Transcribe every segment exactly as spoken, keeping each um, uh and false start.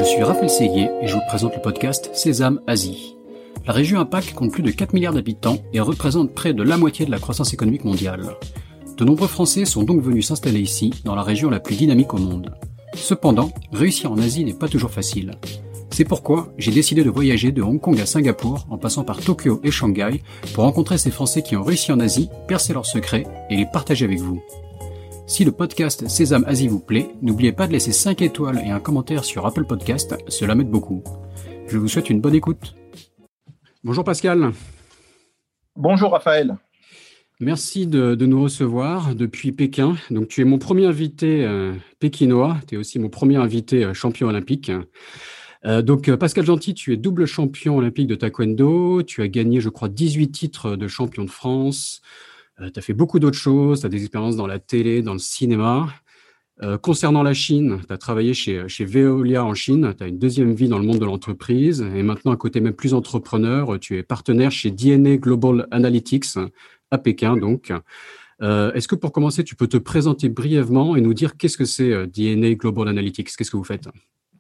suis Raphaël Séguier et je vous présente le podcast Sésame Asie. La région A PAC compte plus de quatre milliards d'habitants et représente près de la moitié de la croissance économique mondiale. De nombreux Français sont donc venus s'installer ici, dans la région la plus dynamique au monde. Cependant, réussir en Asie n'est pas toujours facile. C'est pourquoi j'ai décidé de voyager de Hong Kong à Singapour, en passant par Tokyo et Shanghai, pour rencontrer ces Français qui ont réussi en Asie, percer leurs secrets et les partager avec vous. Si le podcast Sésame Asie vous plaît, n'oubliez pas de laisser cinq étoiles et un commentaire sur Apple Podcast, cela m'aide beaucoup. Je vous souhaite une bonne écoute. Bonjour Pascal. Bonjour Raphaël. Merci de, de nous recevoir depuis Pékin. Donc tu es mon premier invité euh, pékinois, tu es aussi mon premier invité euh, champion olympique. Euh, donc euh, Pascal Gentil, tu es double champion olympique de taekwondo, tu as gagné je crois dix-huit titres de champion de France. Euh, tu as fait beaucoup d'autres choses, tu as des expériences dans la télé, dans le cinéma. Euh, concernant la Chine, tu as travaillé chez, chez Veolia en Chine, tu as une deuxième vie dans le monde de l'entreprise et maintenant, à côté même plus entrepreneur, tu es partenaire chez D N A Global Analytics à Pékin. Donc, euh, est-ce que pour commencer, tu peux te présenter brièvement et nous dire qu'est-ce que c'est euh, D N A Global Analytics? Qu'est-ce que vous faites?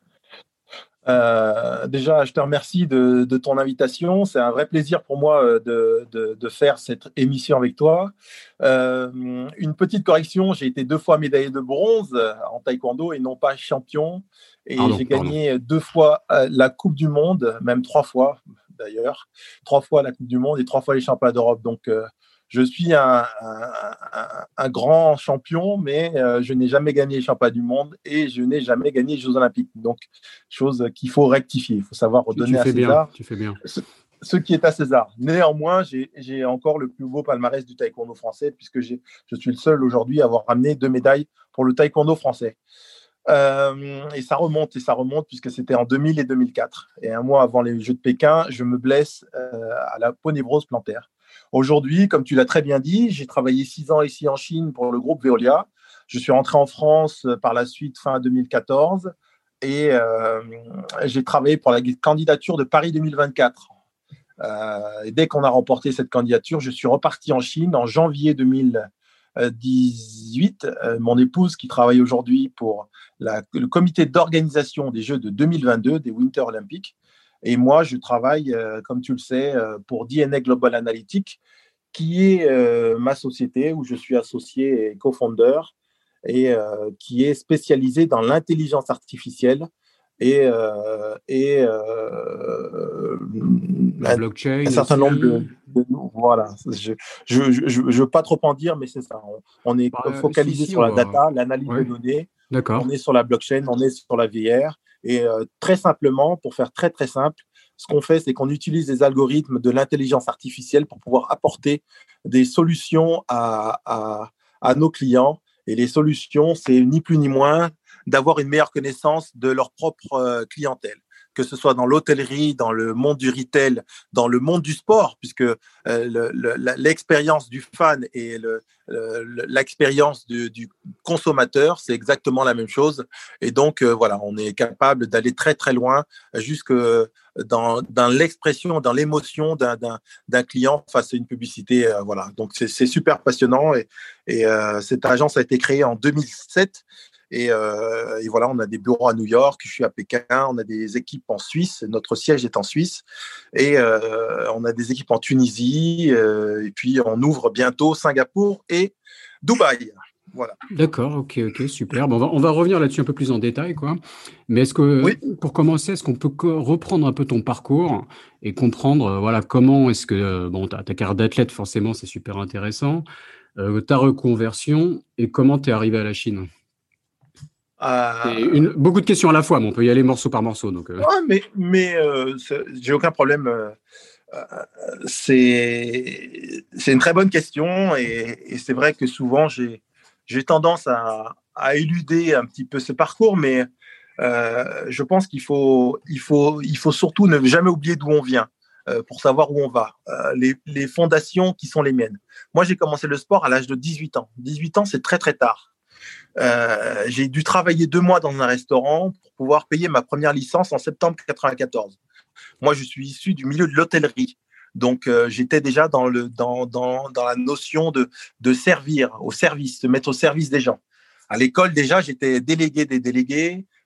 Euh, déjà, je te remercie de, de ton invitation. C'est un vrai plaisir pour moi de, de, de faire cette émission avec toi. Euh, une petite correction, j'ai été deux fois médaillé de bronze en taekwondo et non pas champion. Et Pardon, j'ai pardon. gagné deux fois la Coupe du Monde, même trois fois d'ailleurs. Trois fois la Coupe du Monde et trois fois les championnats d'Europe. Donc, euh, je suis un, un, un, un grand champion, mais euh, je n'ai jamais gagné les championnats du monde et je n'ai jamais gagné les Jeux Olympiques. Donc, chose qu'il faut rectifier. Il faut savoir redonner tu, tu à fais César bien, tu fais bien. ce, ce qui est à César. Néanmoins, j'ai, j'ai encore le plus beau palmarès du taekwondo français puisque j'ai, je suis le seul aujourd'hui à avoir ramené deux médailles pour le taekwondo français. Euh, et ça remonte, et ça remonte puisque c'était en deux mille et deux mille quatre. Et un mois avant les Jeux de Pékin, je me blesse euh, à la ponévrose plantaire. Aujourd'hui, comme tu l'as très bien dit, j'ai travaillé six ans ici en Chine pour le groupe Veolia. Je suis rentré en France par la suite fin deux mille quatorze et euh, j'ai travaillé pour la candidature de Paris deux mille vingt-quatre. Euh, et dès qu'on a remporté cette candidature, je suis reparti en Chine en janvier deux mille dix-huit. Euh, mon épouse qui travaille aujourd'hui pour la, le comité d'organisation des Jeux de deux mille vingt-deux, des Winter Olympiques. Et moi, je travaille, euh, comme tu le sais, euh, pour D N A Global Analytics, qui est euh, ma société où je suis associé et co-founder et euh, qui est spécialisée dans l'intelligence artificielle et, euh, et euh, La un, blockchain un certain aussi. nombre de, de voilà. Je ne veux pas trop en dire, mais c'est ça. On, on est Bah, focalisé si, si, sur on la va... data, l'analyse Ouais, de données. d'accord. On est sur la blockchain, on est sur la V R. Et euh, très simplement, pour faire très très simple, ce qu'on fait, c'est qu'on utilise des algorithmes de l'intelligence artificielle pour pouvoir apporter des solutions à, à, à nos clients. Et les solutions, c'est ni plus ni moins d'avoir une meilleure connaissance de leur propre euh, clientèle, que ce soit dans l'hôtellerie, dans le monde du retail, dans le monde du sport, puisque euh, le, le, l'expérience du fan et le, le, l'expérience du, du consommateur, c'est exactement la même chose. Et donc, euh, voilà, on est capable d'aller très, très loin jusque dans, dans l'expression, dans l'émotion d'un, d'un, d'un client face à une publicité. Euh, voilà. Donc, c'est, c'est super passionnant. Et, et euh, cette agence a été créée en deux mille sept. Et, euh, et voilà, on a des bureaux à New York, je suis à Pékin, on a des équipes en Suisse, notre siège est en Suisse, et euh, on a des équipes en Tunisie, euh, et puis on ouvre bientôt Singapour et Dubaï. Voilà. D'accord, ok, ok, super. Bon, on va, on va revenir là-dessus un peu plus en détail, quoi. Mais est-ce que, Oui. pour commencer, est-ce qu'on peut co- reprendre un peu ton parcours et comprendre, euh, voilà, comment est-ce que, euh, bon, ta, ta carrière d'athlète, forcément, c'est super intéressant, euh, ta reconversion et comment tu es arrivé à la Chine? C'est Euh, une, beaucoup de questions à la fois, mais on peut y aller morceau par morceau. Donc, euh. ouais, mais mais euh, j'ai aucun problème. Euh, c'est, c'est une très bonne question, et, et c'est vrai que souvent, j'ai, j'ai tendance à, à éluder un petit peu ce parcours, mais euh, je pense qu'il faut, il faut, il faut surtout ne jamais oublier d'où on vient euh, pour savoir où on va, euh, les, les fondations qui sont les miennes. Moi, j'ai commencé le sport à l'âge de dix-huit ans. dix-huit ans, c'est très, très tard. Euh, j'ai dû travailler deux mois dans un restaurant pour pouvoir payer ma première licence en septembre quatre-vingt-quatorze. Moi, je suis issu du milieu de l'hôtellerie. Donc, euh, j'étais déjà dans, le, dans, dans, dans la notion de, de servir, au service, de mettre au service des gens. À l'école, déjà, j'étais délégué des délégués.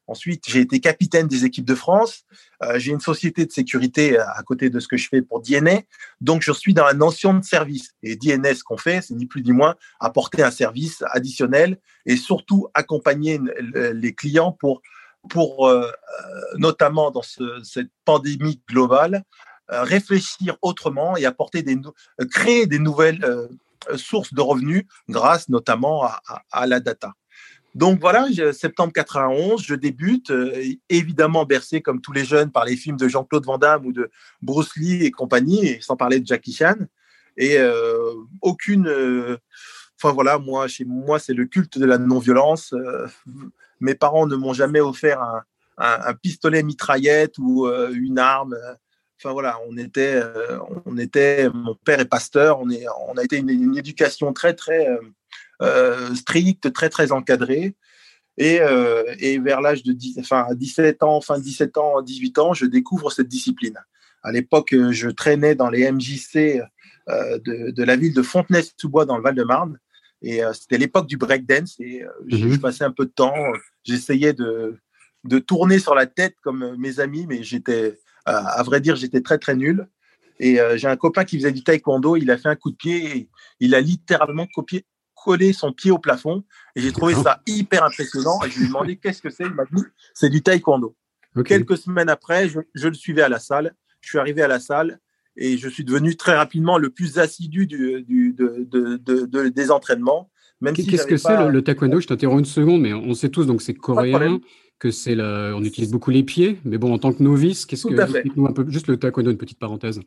Ensuite, j'ai été capitaine des équipes de France. Euh, j'ai une société de sécurité à côté de ce que je fais pour D N A. Donc, je suis dans la notion de service. Et D N A, ce qu'on fait, c'est ni plus ni moins apporter un service additionnel et surtout accompagner les clients pour, pour euh, notamment dans ce, cette pandémie globale, euh, réfléchir autrement et apporter des, euh, créer des nouvelles euh, sources de revenus grâce notamment à, à, à la data. Donc voilà, je, septembre quatre-vingt-onze, je débute, euh, évidemment bercé comme tous les jeunes par les films de Jean-Claude Van Damme ou de Bruce Lee et compagnie, et sans parler de Jackie Chan. Et euh, aucune... Euh, enfin voilà, moi, chez moi, c'est le culte de la non-violence. Euh, mes parents ne m'ont jamais offert un, un, un pistolet mitraillette ou euh, une arme. Enfin voilà, on était, euh, on était... Mon père est pasteur, on, est, on a été une, une éducation très, très... Euh, Euh, strict, très très encadré. Et, euh, et vers l'âge de dix, enfin, dix-sept ans, fin dix-sept ans, dix-huit ans, je découvre cette discipline. À l'époque, je traînais dans les M J C euh, de, de la ville de Fontenay-sous-Bois dans le Val-de-Marne. Et euh, c'était l'époque du breakdance. Et euh, mm-hmm. je passais un peu de temps. J'essayais de, de tourner sur la tête comme mes amis, mais j'étais, euh, à vrai dire, j'étais très très nul. Et euh, j'ai un copain qui faisait du taekwondo. Il a fait un coup de pied et il a littéralement copié coller son pied au plafond et j'ai trouvé ça hyper impressionnant et je lui ai demandé qu'est-ce que c'est. Il m'a dit c'est du taekwondo. Okay. Quelques semaines après, je, je le suivais à la salle. Je suis arrivé à la salle et je suis devenu très rapidement le plus assidu du, du, de, de, de, de, des entraînements. Même Qu'est-ce si que c'est pas... le, le taekwondo? Je t'interromps une seconde, mais on sait tous donc c'est coréen, que c'est le, on utilise beaucoup les pieds. Mais bon, en tant que novice, qu'est-ce Tout que explique-nous un peu juste le taekwondo, une petite parenthèse.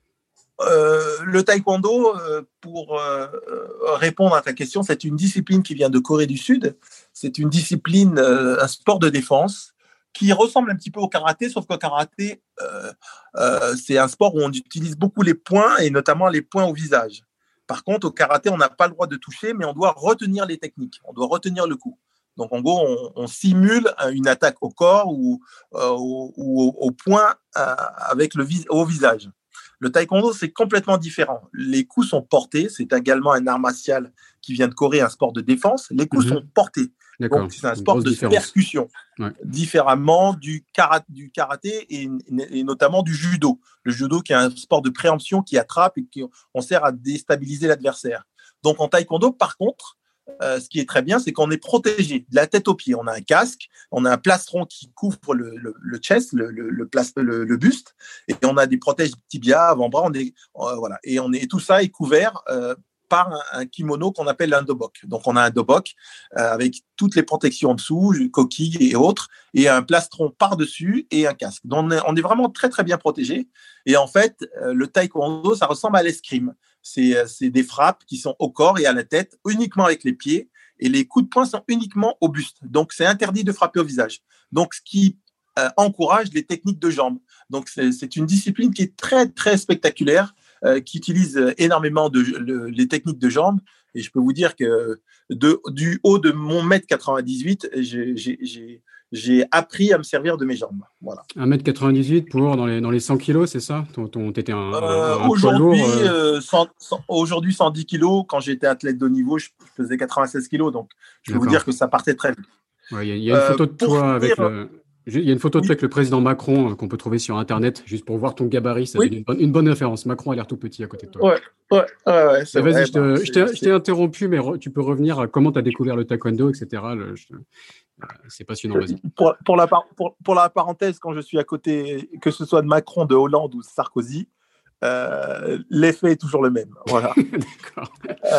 Euh, le taekwondo, euh, pour euh, répondre à ta question, c'est une discipline qui vient de Corée du Sud. C'est une discipline, euh, un sport de défense qui ressemble un petit peu au karaté, sauf qu'au karaté, euh, euh, c'est un sport où on utilise beaucoup les poings et notamment les poings au visage. Par contre, au karaté, on n'a pas le droit de toucher, mais on doit retenir les techniques, on doit retenir le coup. Donc, en gros, on, on simule une attaque au corps ou, euh, ou, ou au, au poing euh, avec le vis- au visage. Le taekwondo, c'est complètement différent. Les coups sont portés. C'est également un art martial qui vient de Corée, un sport de défense. Les coups mmh. sont portés. D'accord. Donc, c'est un sport de différence. percussion, ouais. différemment du karaté, du karaté et, et notamment du judo. Le judo qui est un sport de préemption qui attrape et qui on sert à déstabiliser l'adversaire. Donc, en taekwondo, par contre, Euh, ce qui est très bien, c'est qu'on est protégé de la tête aux pieds. On a un casque, on a un plastron qui couvre le, le, le chest, le, le, le, place, le, le buste, et on a des protèges tibia, avant-bras, on est, euh, voilà. Et on est, tout ça est couvert euh, par un, un kimono qu'on appelle un dobok. Donc, on a un dobok euh, avec toutes les protections en dessous, coquilles et autres, et un plastron par-dessus et un casque. Donc, on est, on est vraiment très, très bien protégé. Et en fait, euh, le taekwondo, ça ressemble à l'escrime. C'est, c'est des frappes qui sont au corps et à la tête, uniquement avec les pieds, et les coups de poing sont uniquement au buste. Donc, c'est interdit de frapper au visage. Donc, ce qui euh, encourage les techniques de jambes. Donc, c'est, c'est une discipline qui est très, très spectaculaire, euh, qui utilise énormément de, le, les techniques de jambes. Et je peux vous dire que de, du haut de mon mètre quatre-vingt-dix-huit, j'ai, j'ai, j'ai, j'ai appris à me servir de mes jambes. Voilà. un mètre quatre-vingt-dix-huit pour dans les, dans les cent kilos, c'est ça? Ton, ton, t'étais un, euh, un, un aujourd'hui, poids lourd, euh... euh, cent, cent, aujourd'hui, cent dix kilos. Quand j'étais athlète de haut niveau, je, je faisais quatre-vingt-seize kilos. Donc, je peux D'accord. vous dire que ça partait très vite. Il ouais, y, y a une photo de euh, toi avec dire... le... Il y a une photo de toi oui. avec le président Macron euh, qu'on peut trouver sur Internet, juste pour voir ton gabarit. Ça oui. donne une bonne, une bonne référence. Macron a l'air tout petit à côté de toi. Ouais, ouais, ouais. ouais c'est vas-y, vrai, je, te, bah, je, c'est, t'ai, c'est... je t'ai interrompu, mais re, tu peux revenir à comment tu as découvert le taekwondo, et cetera. Le, je, c'est passionnant, vas-y. Pour, pour, la, pour, pour la parenthèse, quand je suis à côté, que ce soit de Macron, de Hollande ou Sarkozy, Euh, l'effet est toujours le même. Voilà. D'accord.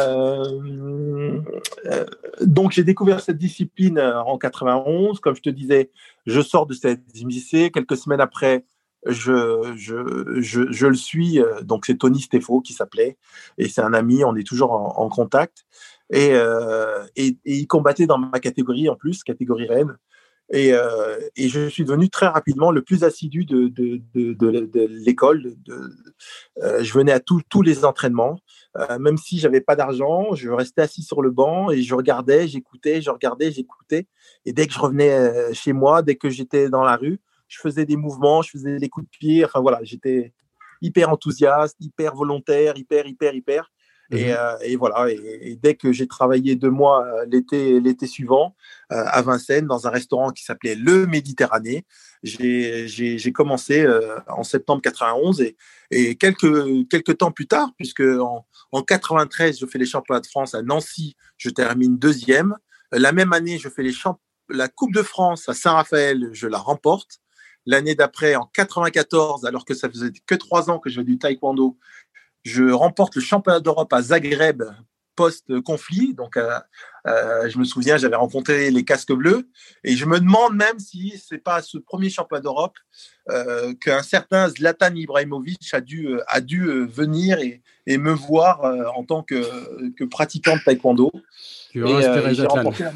Euh, euh, donc, j'ai découvert cette discipline en quatre-vingt-onze. Comme je te disais, je sors de cette M J C. Quelques semaines après, je, je, je, je le suis. Donc, c'est Tony Steffo qui s'appelait. Et c'est un ami, on est toujours en, en contact. Et, euh, et, et il combattait dans ma catégorie en plus, catégorie reine. Et, euh, et je suis devenu très rapidement le plus assidu de, de, de, de, de l'école. De, de, euh, je venais à tout, tous les entraînements. Euh, même si je n'avais pas d'argent, je restais assis sur le banc et je regardais, j'écoutais, je regardais, j'écoutais. Et dès que je revenais chez moi, dès que j'étais dans la rue, je faisais des mouvements, je faisais des coups de pied. Enfin voilà, j'étais hyper enthousiaste, hyper volontaire, hyper, hyper, hyper. Et, euh, et voilà. Et, et dès que j'ai travaillé deux mois euh, l'été, l'été suivant euh, à Vincennes, dans un restaurant qui s'appelait Le Méditerranée, j'ai, j'ai, j'ai commencé euh, en septembre quatre-vingt-onze et, et quelques, quelques temps plus tard, puisque en, en quatre-vingt-treize, je fais les championnats de France à Nancy, je termine deuxième. La même année, je fais les champ- la Coupe de France à Saint-Raphaël, je la remporte. L'année d'après, en quatre-vingt-quatorze, alors que ça faisait que trois ans que je faisais du taekwondo, je remporte le championnat d'Europe à Zagreb post-conflit. Donc, euh, euh, je me souviens, j'avais rencontré les casques bleus et je me demande même si c'est pas ce premier championnat d'Europe euh, qu'un certain Zlatan Ibrahimovic a dû, euh, a dû euh, venir et, et me voir euh, en tant que, que pratiquant de taekwondo. Tu aurais Et, euh, inspiré et j'ai Zlatan. remporté la...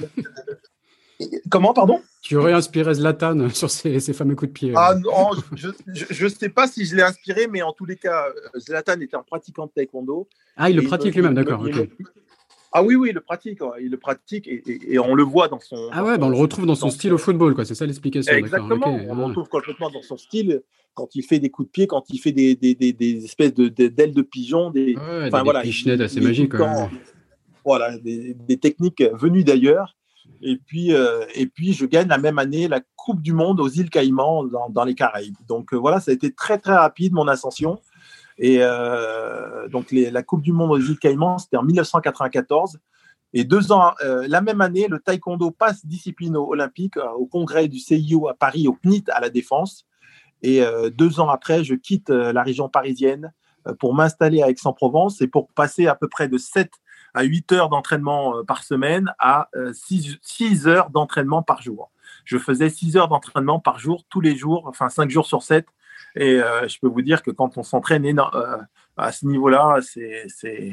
Comment, pardon? Tu aurais inspiré Zlatan sur ces, ces fameux coups de pied. Ah non, je ne sais pas si je l'ai inspiré, mais en tous les cas, Zlatan était un pratiquant de taekwondo. Ah, il le Et pratique il me, lui-même, il d'accord. me, il Okay. me... Ah oui, oui, il le pratique. Il le pratique et, et, et on le voit dans son. Ah dans ouais, son, bah on le retrouve dans son dans style son... au football, quoi. C'est ça l'explication, d'accord. Exactement, Okay. on le Ah. retrouve complètement dans son style quand il fait des coups de pied, quand il fait des, des, des, des espèces de, de, d'ailes de pigeon. Des... Ouais, Enfin des, des voilà, pichenettes il, assez il est tout magiques. le temps. Voilà, des, des techniques venues d'ailleurs. Et puis, euh, et puis, je gagne la même année la Coupe du Monde aux îles Caïmans dans, dans les Caraïbes. Donc euh, voilà, ça a été très très rapide mon ascension. Et euh, donc les, la Coupe du Monde aux îles Caïmans, c'était en dix-neuf cent quatre-vingt-quatorze. Et deux ans, euh, la même année, le taekwondo passe discipline olympique euh, au congrès du C I O à Paris, au C N I T à la Défense. Et euh, deux ans après, je quitte euh, la région parisienne euh, pour m'installer à Aix-en-Provence et pour passer à peu près de sept à huit heures d'entraînement euh, par semaine à euh, six heures d'entraînement par jour. Je faisais six heures d'entraînement par jour, tous les jours, enfin cinq jours sur sept. Et euh, je peux vous dire que quand on s'entraîne euh, à ce niveau-là, c'est, c'est,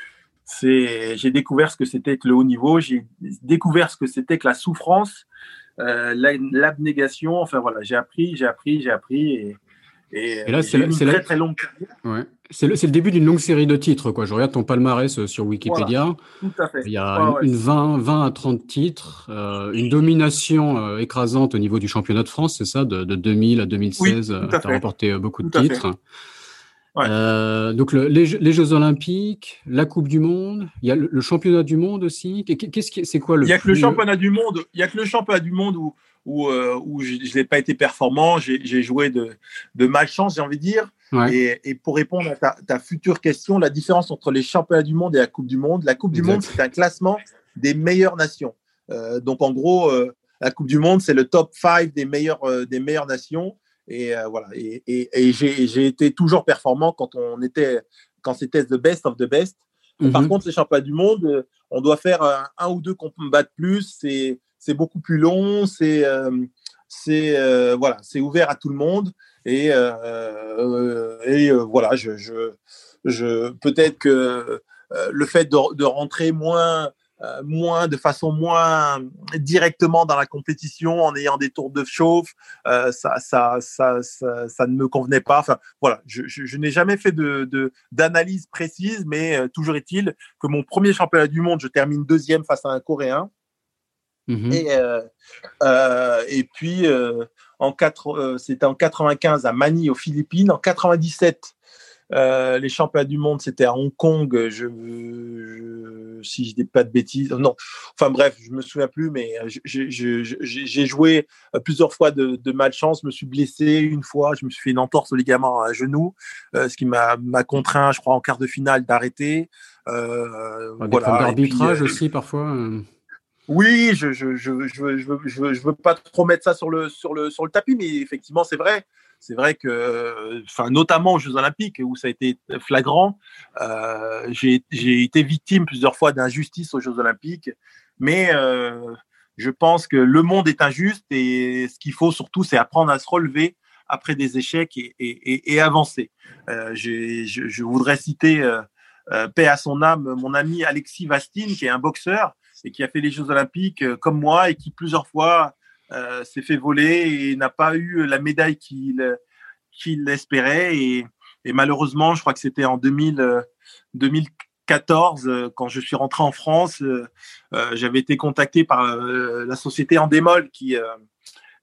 c'est, j'ai découvert ce que c'était que le haut niveau, j'ai découvert ce que c'était que la souffrance, euh, l'abnégation. Enfin voilà, j'ai appris, j'ai appris, j'ai appris. Et, et, Et là, et c'est j'ai eu la, une c'est la... très très longue carrière. Ouais. C'est le, c'est le début d'une longue série de titres, quoi. Je regarde ton palmarès sur Voilà, Wikipédia. tout à fait. Il y a Ouais, une, ouais. une vingt, vingt à trente titres, euh, une domination euh, écrasante au niveau du championnat de France, c'est ça, de, de deux mille à Oui, deux mille seize, tout euh, à tu as fait. remporté euh, beaucoup de Tout à fait. titres. Ouais. Euh, donc le, les, les Jeux Olympiques, la Coupe du Monde, il y a le, le championnat du monde aussi. Qu'est-ce qui, c'est quoi Il le y a que le plus... championnat du monde. Il y a que le championnat du monde où où, euh, où je n'ai pas été performant. J'ai, j'ai joué de, de malchance, j'ai envie de dire. Ouais, Et, et pour répondre à ta, ta future question, la différence entre les championnats du monde et la Coupe du monde, la Coupe du monde, exact. c'est un classement des meilleures nations. Euh, donc en gros, euh, la Coupe du monde, c'est le top cinq des meilleures, euh, des meilleures nations. Et euh, voilà. Et, et, et j'ai, j'ai été toujours performant quand on était, quand c'était the best of the best. Par Mm-hmm. contre, les championnats du monde, on doit faire un, un ou deux combats de plus. C'est, c'est beaucoup plus long. C'est, euh, c'est, euh, voilà, c'est ouvert à tout le monde. Et, euh, et euh, voilà, je, je, je, peut-être que euh, le fait de, de rentrer moins, euh, moins, de façon moins directement dans la compétition, en ayant des tours de chauffe, euh, ça, ça, ça, ça, ça ne me convenait pas. Enfin, voilà, je, je, je n'ai jamais fait de, de, d'analyse précise, mais euh, toujours est-il que mon premier championnat du monde, je termine deuxième face à un Coréen. Mm-hmm. Et, euh, euh, et puis, euh, en quatre, euh, c'était en quatre-vingt-quinze à Manille, aux Philippines. En quatre-vingt-dix-sept, euh, les championnats du monde, c'était à Hong Kong. Je, je, si je dis pas de bêtises, non. Enfin bref, je me souviens plus, mais je, je, je, j'ai joué plusieurs fois de, de malchance. Je me suis blessé une fois. Je me suis fait une entorse au ligament à un genou, euh, ce qui m'a, m'a contraint, je crois, en quart de finale d'arrêter. Euh, Des voilà. problèmes d'arbitrage Et puis, euh, aussi parfois. Euh... Oui, je je je je veux, je veux, je veux, je veux pas trop mettre ça sur le sur le sur le tapis, mais effectivement c'est vrai, c'est vrai que, enfin notamment aux Jeux Olympiques où ça a été flagrant, euh, j'ai j'ai été victime plusieurs fois d'injustice aux Jeux Olympiques, mais euh, je pense que le monde est injuste et ce qu'il faut surtout c'est apprendre à se relever après des échecs et et, et, et avancer. Euh, j'ai, je, je voudrais citer euh, euh, paix à son âme, mon ami Alexis Vastine qui est un boxeur et qui a fait les Jeux Olympiques euh, comme moi et qui plusieurs fois euh, s'est fait voler et n'a pas eu la médaille qu'il, qu'il espérait. Et, et malheureusement, je crois que c'était en deux mille, euh, deux mille quatorze, euh, quand je suis rentré en France, euh, euh, j'avais été contacté par euh, la société Endemol qui, euh,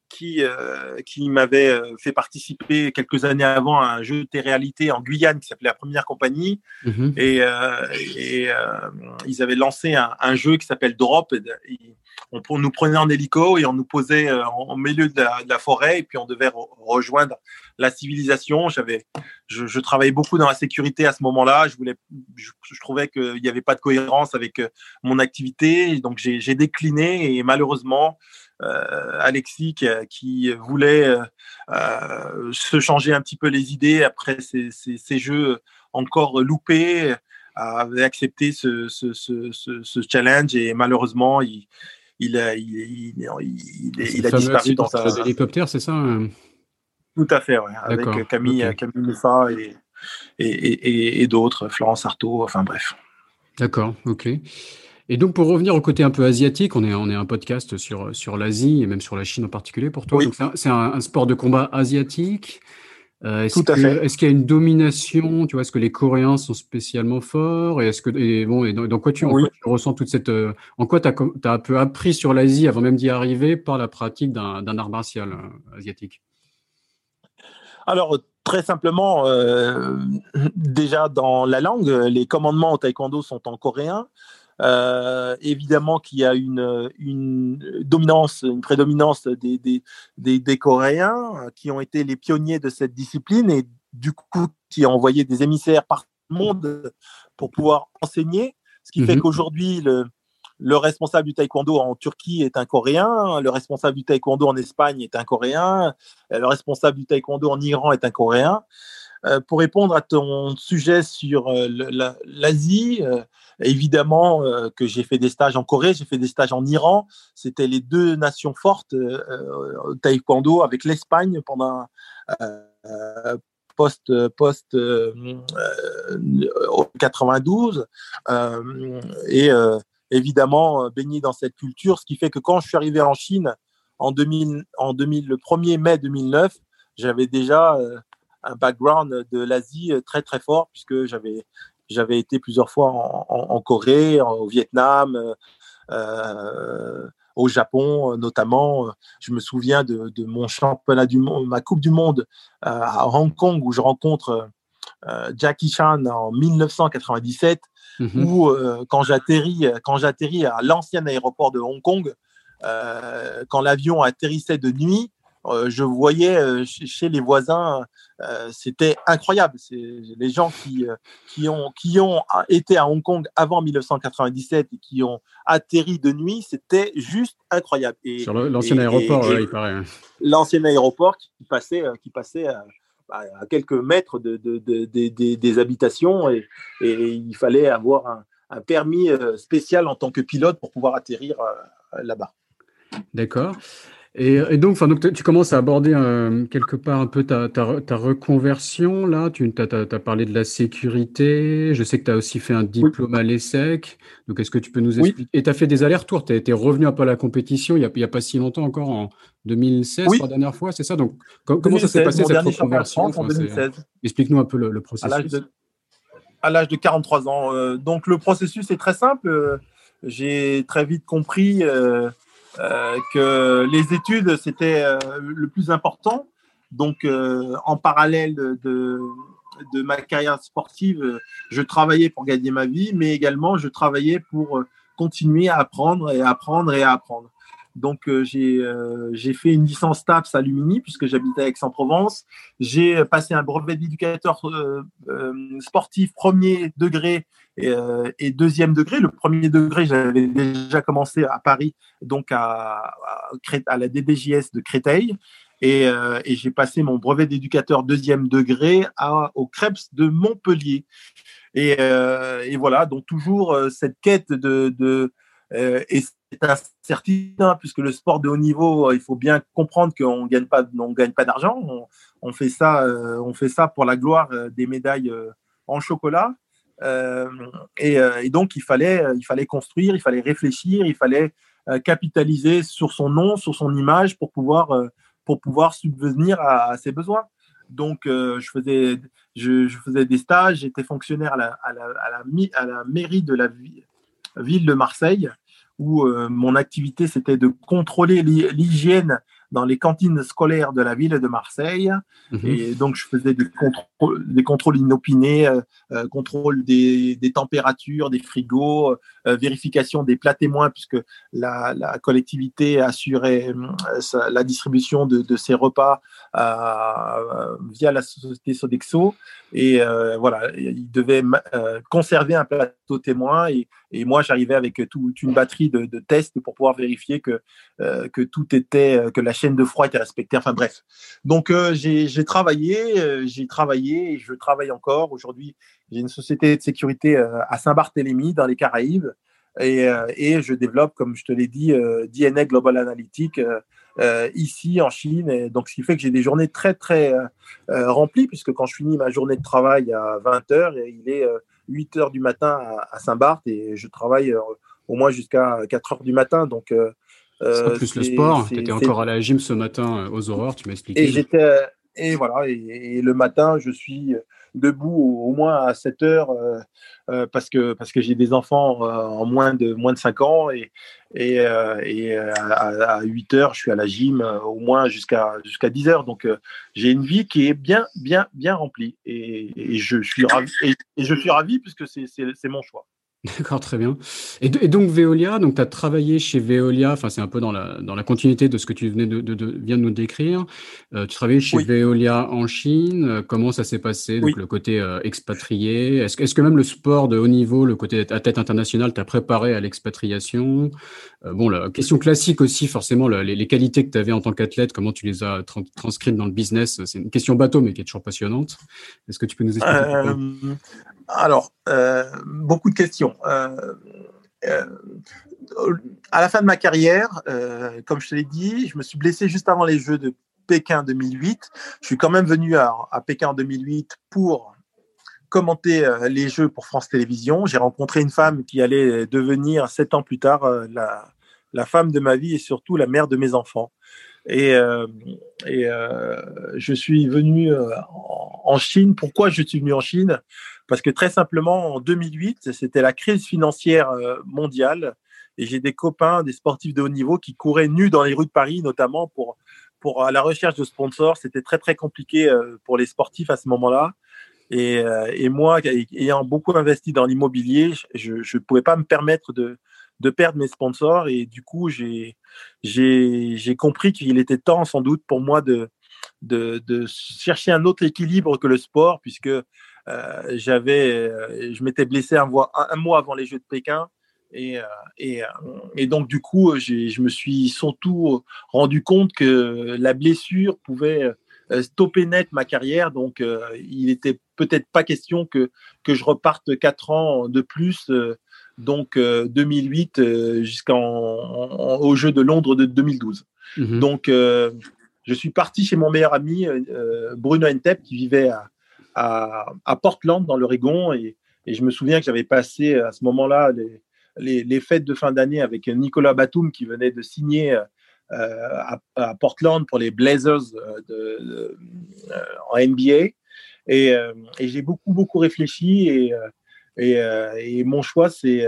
qui, euh, qui m'avait fait participer quelques années avant à un jeu de télé-réalité en Guyane qui s'appelait La Première Compagnie. Mmh. Et, euh, et euh, ils avaient lancé un, un jeu qui s'appelle Drop. Et, et on, on nous prenait en hélico et on nous posait en, en milieu de la, de la forêt et puis on devait re- rejoindre la civilisation. J'avais, je, je travaillais beaucoup dans la sécurité à ce moment-là. Je, voulais, je, je trouvais qu'il n'y avait pas de cohérence avec mon activité. Donc, j'ai, j'ai décliné et malheureusement, euh, Alexis, qui, qui voulait euh, se changer un petit peu les idées après ces, ces, ces jeux encore loupés, avait accepté ce, ce, ce, ce, ce challenge et malheureusement, il, il a, il, il, il, il, il a disparu dans un hélicoptère, c'est ça? Tout à fait, ouais, avec Camille, okay. Camille Messa et, et, et, et d'autres, Florence Artaud, enfin bref. D'accord, ok. Et donc, pour revenir au côté un peu asiatique, on est, on est un podcast sur, sur l'Asie et même sur la Chine en particulier pour toi. Oui. Donc, c'est, un, c'est un, un sport de combat asiatique. Euh, est-ce, Tout à que, fait. Est-ce qu'il y a une domination? Tu vois, est-ce que les Coréens sont spécialement forts? Et est-ce que, et bon, et dans, dans quoi tu, oui. en quoi tu ressens toute cette, euh, en quoi tu as un peu appris sur l'Asie avant même d'y arriver par la pratique d'un, d'un art martial euh, asiatique? Alors, très simplement, euh, déjà dans la langue, les commandements au taekwondo sont en coréen. Euh, évidemment qu'il y a une, une dominance, une prédominance des, des, des, des Coréens qui ont été les pionniers de cette discipline et du coup qui ont envoyé des émissaires par le monde pour pouvoir enseigner, ce qui mmh. fait qu'aujourd'hui le, le responsable du taekwondo en Turquie est un Coréen, le responsable du taekwondo en Espagne est un Coréen, le responsable du taekwondo en Iran est un Coréen. Euh, pour répondre à ton sujet sur euh, la, l'Asie, euh, évidemment euh, que j'ai fait des stages en Corée, j'ai fait des stages en Iran. C'était les deux nations fortes euh, au taekwondo avec l'Espagne pendant euh, post post euh, euh, quatre-vingt-douze euh, et euh, évidemment baigné dans cette culture, ce qui fait que quand je suis arrivé en Chine en deux mille, en deux mille, le premier mai deux mille neuf, j'avais déjà euh, un background de l'Asie très très fort puisque j'avais j'avais été plusieurs fois en, en, en Corée, en, au Vietnam, euh, au Japon notamment. Je me souviens de, de mon championnat du monde, ma Coupe du Monde euh, à Hong Kong où je rencontre euh, Jackie Chan en dix-neuf cent quatre-vingt-dix-sept, mm-hmm. où euh, quand j'atterris quand j'atterris à l'ancien aéroport de Hong Kong, euh, quand l'avion atterrissait de nuit, Euh, je voyais euh, chez les voisins, euh, c'était incroyable. C'est les gens qui, euh, qui, ont, qui ont été à Hong Kong avant dix-neuf cent quatre-vingt-dix-sept et qui ont atterri de nuit, c'était juste incroyable. Et, Sur le, l'ancien et, aéroport, et, ouais, et il paraît. L'ancien aéroport qui passait, qui passait à, à quelques mètres de, de, de, de, de des habitations et, et il fallait avoir un, un permis spécial en tant que pilote pour pouvoir atterrir là-bas. D'accord. Et, et donc, enfin, donc, tu commences à aborder euh, quelque part un peu ta, ta, ta reconversion. Là, tu as parlé de la sécurité. Je sais que tu as aussi fait un diplôme oui. à l'ESSEC. Donc, est-ce que tu peux nous expliquer? Oui. Et tu as fait des allers-retours. Tu es revenu un peu à la compétition il n'y a, a pas si longtemps encore, en deux mille seize, oui. la dernière fois, c'est ça? Donc, com- comment ça s'est passé cette reconversion? En deux mille seize. Explique-nous un peu le, le processus. À l'âge de, à l'âge de quarante-trois ans. Euh, donc, le processus est très simple. Euh, j'ai très vite compris. Euh, Euh, que les études, c'était euh, le plus important. Donc, euh, en parallèle de, de, de ma carrière sportive, je travaillais pour gagner ma vie, mais également, je travaillais pour continuer à apprendre et apprendre et apprendre. Donc, euh, j'ai, euh, j'ai fait une licence TAPS à Lumini, puisque j'habitais à Aix-en-Provence. J'ai passé un brevet d'éducateur euh, euh, sportif premier degré et, euh, et deuxième degré. Le premier degré, j'avais déjà commencé à Paris, donc à, à, à la D D J S de Créteil. Et, euh, et j'ai passé mon brevet d'éducateur deuxième degré à, au CREPS de Montpellier. Et, euh, et voilà, donc toujours euh, cette quête de... de euh, et c'est incertain, puisque le sport de haut niveau, il faut bien comprendre qu'on gagne pas, on gagne pas d'argent. On, on, fait ça, euh, on fait ça pour la gloire euh, des médailles euh, en chocolat. Euh, et, euh, et donc, il fallait, il fallait construire, il fallait réfléchir, il fallait euh, capitaliser sur son nom, sur son image pour pouvoir, euh, pour pouvoir subvenir à, à ses besoins. Donc, euh, je, faisais, je, je faisais des stages, j'étais fonctionnaire à la, à la, à la, à la mairie de la ville, ville de Marseille, où euh, mon activité, c'était de contrôler l'hygiène dans les cantines scolaires de la ville de Marseille. Mmh. Et donc, je faisais des contrôles, des contrôles inopinés, euh, euh, contrôle des, des températures, des frigos, euh, vérification des plats témoins, puisque la, la collectivité assurait euh, sa, la distribution de, de ces repas euh, via la société Sodexo. Et euh, voilà, il devait euh, conserver un plateau témoin. Et, et moi, j'arrivais avec toute une batterie de, de tests pour pouvoir vérifier que, euh, que tout était, que la chaîne de froid était respectée. Enfin bref. Donc, euh, j'ai, j'ai travaillé, euh, j'ai travaillé et je travaille encore. Aujourd'hui, j'ai une société de sécurité euh, à Saint-Barthélemy, dans les Caraïbes. Et, euh, et je développe, comme je te l'ai dit, euh, D N A Global Analytics euh, euh, ici en Chine. Et donc, ce qui fait que j'ai des journées très, très euh, remplies, puisque quand je finis ma journée de travail à vingt heures, il est euh, huit heures du matin à, à Saint-Barth et je travaille euh, au moins jusqu'à quatre heures du matin. Donc, euh, ça, plus c'est, le sport. Tu c'est, étais c'est... encore à la gym ce matin euh, aux aurores, tu m'as expliqué. Et j'étais, et voilà, et, et le matin, je suis debout au, au moins à sept heures euh, euh, parce que parce que j'ai des enfants euh, en moins de moins de cinq ans et et, euh, et à, à huit heures, je suis à la gym euh, au moins jusqu'à jusqu'à dix heures. Donc euh, j'ai une vie qui est bien bien bien remplie et, et je suis ravi et, et je suis ravi puisque c'est c'est, c'est mon choix. D'accord, très bien. Et, et donc Veolia, donc tu as travaillé chez Veolia, enfin c'est un peu dans la, dans la continuité de ce que tu venais de, de, de viens de nous décrire. Euh, tu travaillais chez Oui. Veolia en Chine. Euh, comment ça s'est passé, donc Oui. le côté euh, expatrié? Est-ce, est-ce que même le sport de haut niveau, le côté à tête internationale, t'a préparé à l'expatriation? euh, Bon, la question classique aussi, forcément, la, les, les qualités que tu avais en tant qu'athlète, comment tu les as tra- transcrites dans le business? C'est une question bateau, mais qui est toujours passionnante. Est-ce que tu peux nous expliquer pourquoi? Euh, alors, euh, beaucoup de questions. Euh, euh, à la fin de ma carrière, euh, comme je te l'ai dit, je me suis blessé juste avant les Jeux de Pékin deux mille huit. Je suis quand même venu à, à Pékin en deux mille huit pour commenter euh, les Jeux pour France Télévisions. J'ai rencontré une femme qui allait devenir, sept ans plus tard, euh, la, la femme de ma vie et surtout la mère de mes enfants. Et, euh, et euh, je suis venu euh, en Chine. Pourquoi je suis venu en Chine? Parce que très simplement, en deux mille huit, c'était la crise financière euh, mondiale. Et j'ai des copains, des sportifs de haut niveau qui couraient nus dans les rues de Paris, notamment pour, pour à la recherche de sponsors. C'était très, très compliqué euh, pour les sportifs à ce moment-là. Et, euh, et moi, ayant beaucoup investi dans l'immobilier, je ne pouvais pas me permettre de, de perdre mes sponsors. Et du coup, j'ai, j'ai, j'ai compris qu'il était temps, sans doute, pour moi de, de, de chercher un autre équilibre que le sport, puisque euh, j'avais, euh, je m'étais blessé un mois, un, un mois avant les Jeux de Pékin. Et, euh, et, et donc, du coup, j'ai, je me suis surtout rendu compte que la blessure pouvait stopper net ma carrière. Donc, euh, il n'était peut-être pas question que, que je reparte quatre ans de plus, euh, donc euh, deux mille huit euh, jusqu'au Jeu de Londres de deux mille douze. Mm-hmm. Donc, euh, je suis parti chez mon meilleur ami, euh, Bruno Entep, qui vivait à, à, à Portland, dans l'Oregon. Et, et je me souviens que j'avais passé à ce moment-là les, les, les fêtes de fin d'année avec Nicolas Batum, qui venait de signer euh, à, à Portland pour les Blazers de, de, de, euh, en N B A. Et, euh, et j'ai beaucoup, beaucoup réfléchi. Et, et, euh, et mon choix, c'est,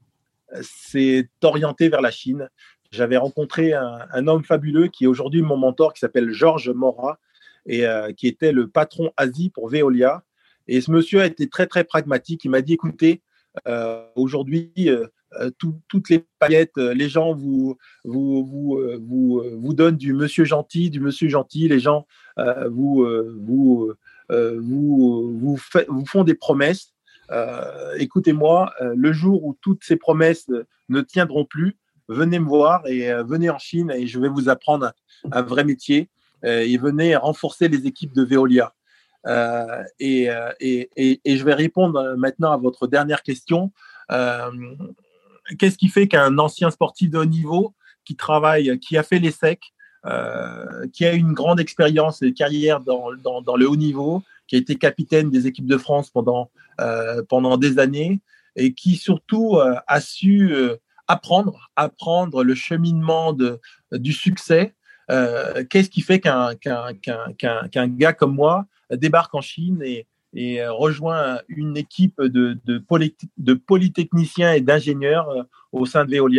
c'est orienté vers la Chine. J'avais rencontré un, un homme fabuleux qui est aujourd'hui mon mentor, qui s'appelle Georges Mora, et euh, qui était le patron Asie pour Veolia. Et ce monsieur a été très, très pragmatique. Il m'a dit, écoutez, euh, aujourd'hui, euh, tout, toutes les paillettes, les gens vous, vous, vous, vous, vous donnent du monsieur gentil, du monsieur gentil. Les gens euh, vous, vous, euh, vous, vous, fait, vous font des promesses. Euh, écoutez-moi, euh, le jour où toutes ces promesses ne tiendront plus, venez me voir et euh, venez en Chine et je vais vous apprendre un, un vrai métier euh, et venez renforcer les équipes de Veolia. Euh, et, et, et, et je vais répondre maintenant à votre dernière question. Euh, qu'est-ce qui fait qu'un ancien sportif de haut niveau qui travaille, qui a fait l'ESSEC, euh, qui a une grande expérience et carrière dans, dans, dans le haut niveau, qui a été capitaine des équipes de France pendant, euh, pendant des années et qui surtout euh, a su euh, apprendre, apprendre le cheminement de, du succès. Euh, qu'est-ce qui fait qu'un, qu'un, qu'un, qu'un, qu'un gars comme moi débarque en Chine et, et rejoint une équipe de, de, poly, de polytechniciens et d'ingénieurs au sein de Veolia?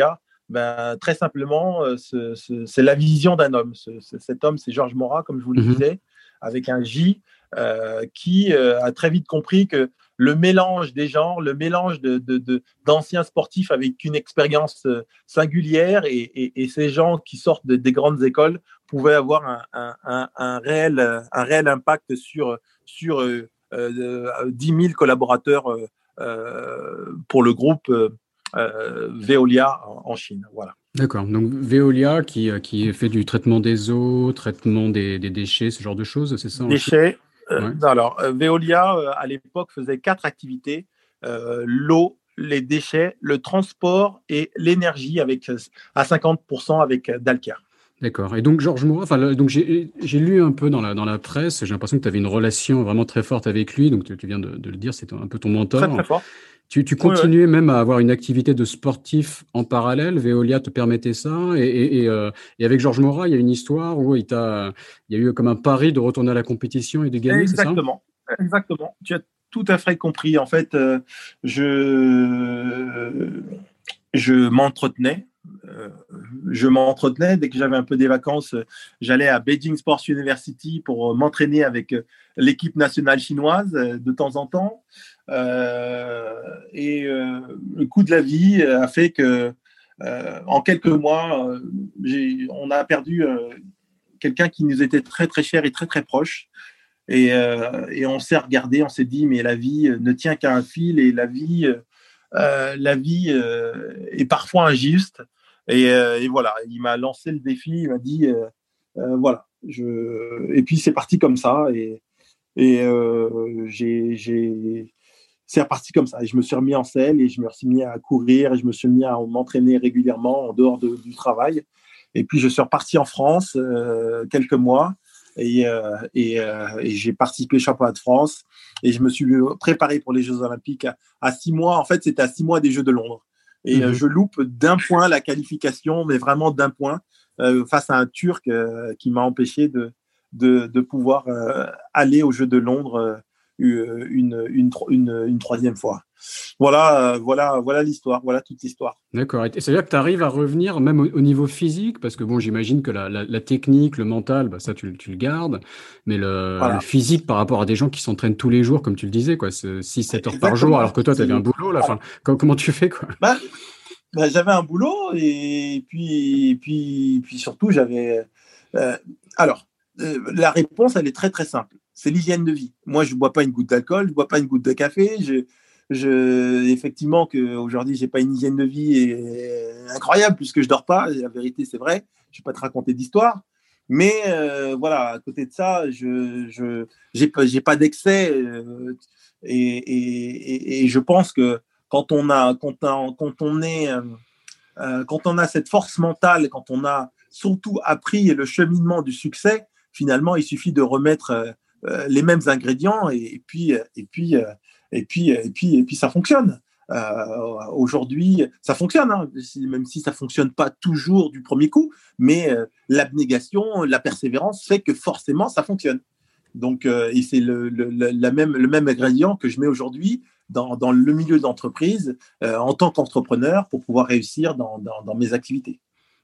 Ben, très simplement, euh, ce- ce- c'est la vision d'un homme. Ce- ce- cet homme, c'est Georges Morat, comme je vous le Mhm. disais, avec un J, euh, qui euh, a très vite compris que le mélange des genres, le mélange de, de- de- d'anciens sportifs avec une expérience euh, singulière et, et- et ces gens qui sortent de- des grandes écoles pouvaient avoir un, un- un- un réel, euh, un réel impact sur, sur euh, euh, dix mille collaborateurs euh, euh, pour le groupe euh, euh, Veolia en, en Chine. Voilà. D'accord. Donc Veolia qui, euh, qui fait du traitement des eaux, traitement des, des déchets, ce genre de choses, c'est ça en Chine? Déchets. Euh, Ouais. alors, euh, Veolia, euh, à l'époque, faisait quatre activités. Euh, l'eau, les déchets, le transport et l'énergie avec, euh, à cinquante pour cent avec euh, Dalkia. D'accord. Et donc Georges Moura, enfin, le- donc j'ai j'ai lu un peu dans la, dans la presse, j'ai l'impression que tu avais une relation vraiment très forte avec lui, donc tu, tu viens de, de le dire, c'est un peu ton Très, mentor. très fort. Tu, tu Oui, oui. continuais même à avoir une activité de sportif en parallèle, Veolia te permettait ça, et, et, et, euh, et avec Georges Moura, il y a une histoire où il t'a, il y a eu comme un pari de retourner à la compétition et de gagner, c'est ça? Exactement. Exactement. Tu as tout à fait compris. En fait, euh, je, je m'entretenais. Euh, je m'entretenais dès que j'avais un peu des vacances. euh, J'allais à Beijing Sports University pour euh, m'entraîner avec euh, l'équipe nationale chinoise euh, de temps en temps. Euh, et euh, le coup de la vie a fait que, euh, en quelques mois, euh, j'ai- on a perdu euh, quelqu'un qui nous était très très cher et très très proche. Et, euh, et on s'est regardé, on s'est dit, mais la vie euh, ne tient qu'à un fil et la vie, euh, la vie euh, est parfois injuste. Et, euh, et voilà, il m'a lancé le défi, il m'a dit, euh, euh, voilà. Je... Et puis c'est parti comme ça. Et, et euh, j'ai, j'ai... c'est reparti comme ça. Et je me suis remis en selle et je me suis mis à courir et je me suis mis à m'entraîner régulièrement en dehors de, du travail. Et puis je suis reparti en France euh, quelques mois et, euh, et, euh, et j'ai participé au championnat de France et je me suis préparé pour les Jeux Olympiques à, à six mois. En fait, c'était à six mois des Jeux de Londres. Et euh, Mhm. je loupe d'un point la qualification, mais vraiment d'un point, euh, face à un Turc euh, qui m'a empêché de, de, de pouvoir euh, aller aux Jeux de Londres euh, une, une, une, une troisième fois. Voilà, euh, voilà, voilà l'histoire, voilà toute l'histoire. D'accord. Et c'est-à-dire que tu arrives à revenir même au, au niveau physique, parce que bon, j'imagine que la, la- la technique, le mental, bah, ça tu, le- tu le gardes, mais le, le Voilà, physique par rapport à des gens qui s'entraînent tous les jours, comme tu le disais, quoi, six sept heures par jour, alors exactement. que toi, tu avais un C'est, boulot, là, voilà. enfin, com- comment tu fais, quoi? Bah, bah, j'avais un boulot et puis, et puis, puis surtout, j'avais. Euh, alors, euh, la réponse, elle est très très simple. C'est l'hygiène de vie. Moi, je ne bois pas une goutte d'alcool, je ne bois pas une goutte de café. Je, je, effectivement, qu'aujourd'hui, je n'ai pas une hygiène de vie et, incroyable puisque je ne dors pas. La vérité, c'est vrai. Je ne vais pas te raconter d'histoire. Mais euh, voilà, à côté de ça, je n'ai je, j'ai pas, j'ai pas d'excès. Euh, et, et, et, et je pense que quand on a, quand on, quand on est, euh, quand on a cette force mentale, quand on a surtout appris le cheminement du succès, finalement, il suffit de remettre euh, les mêmes ingrédients et, et puis, et puis, euh, et puis, et puis, et puis, ça fonctionne. Euh, aujourd'hui, ça fonctionne, hein, même si ça fonctionne pas toujours du premier coup, mais euh, l'abnégation, la persévérance fait que forcément ça fonctionne. Donc, euh, et c'est le, le, la même, le même ingrédient que je mets aujourd'hui dans, dans le milieu d'entreprise euh, en tant qu'entrepreneur pour pouvoir réussir dans, dans, dans mes activités.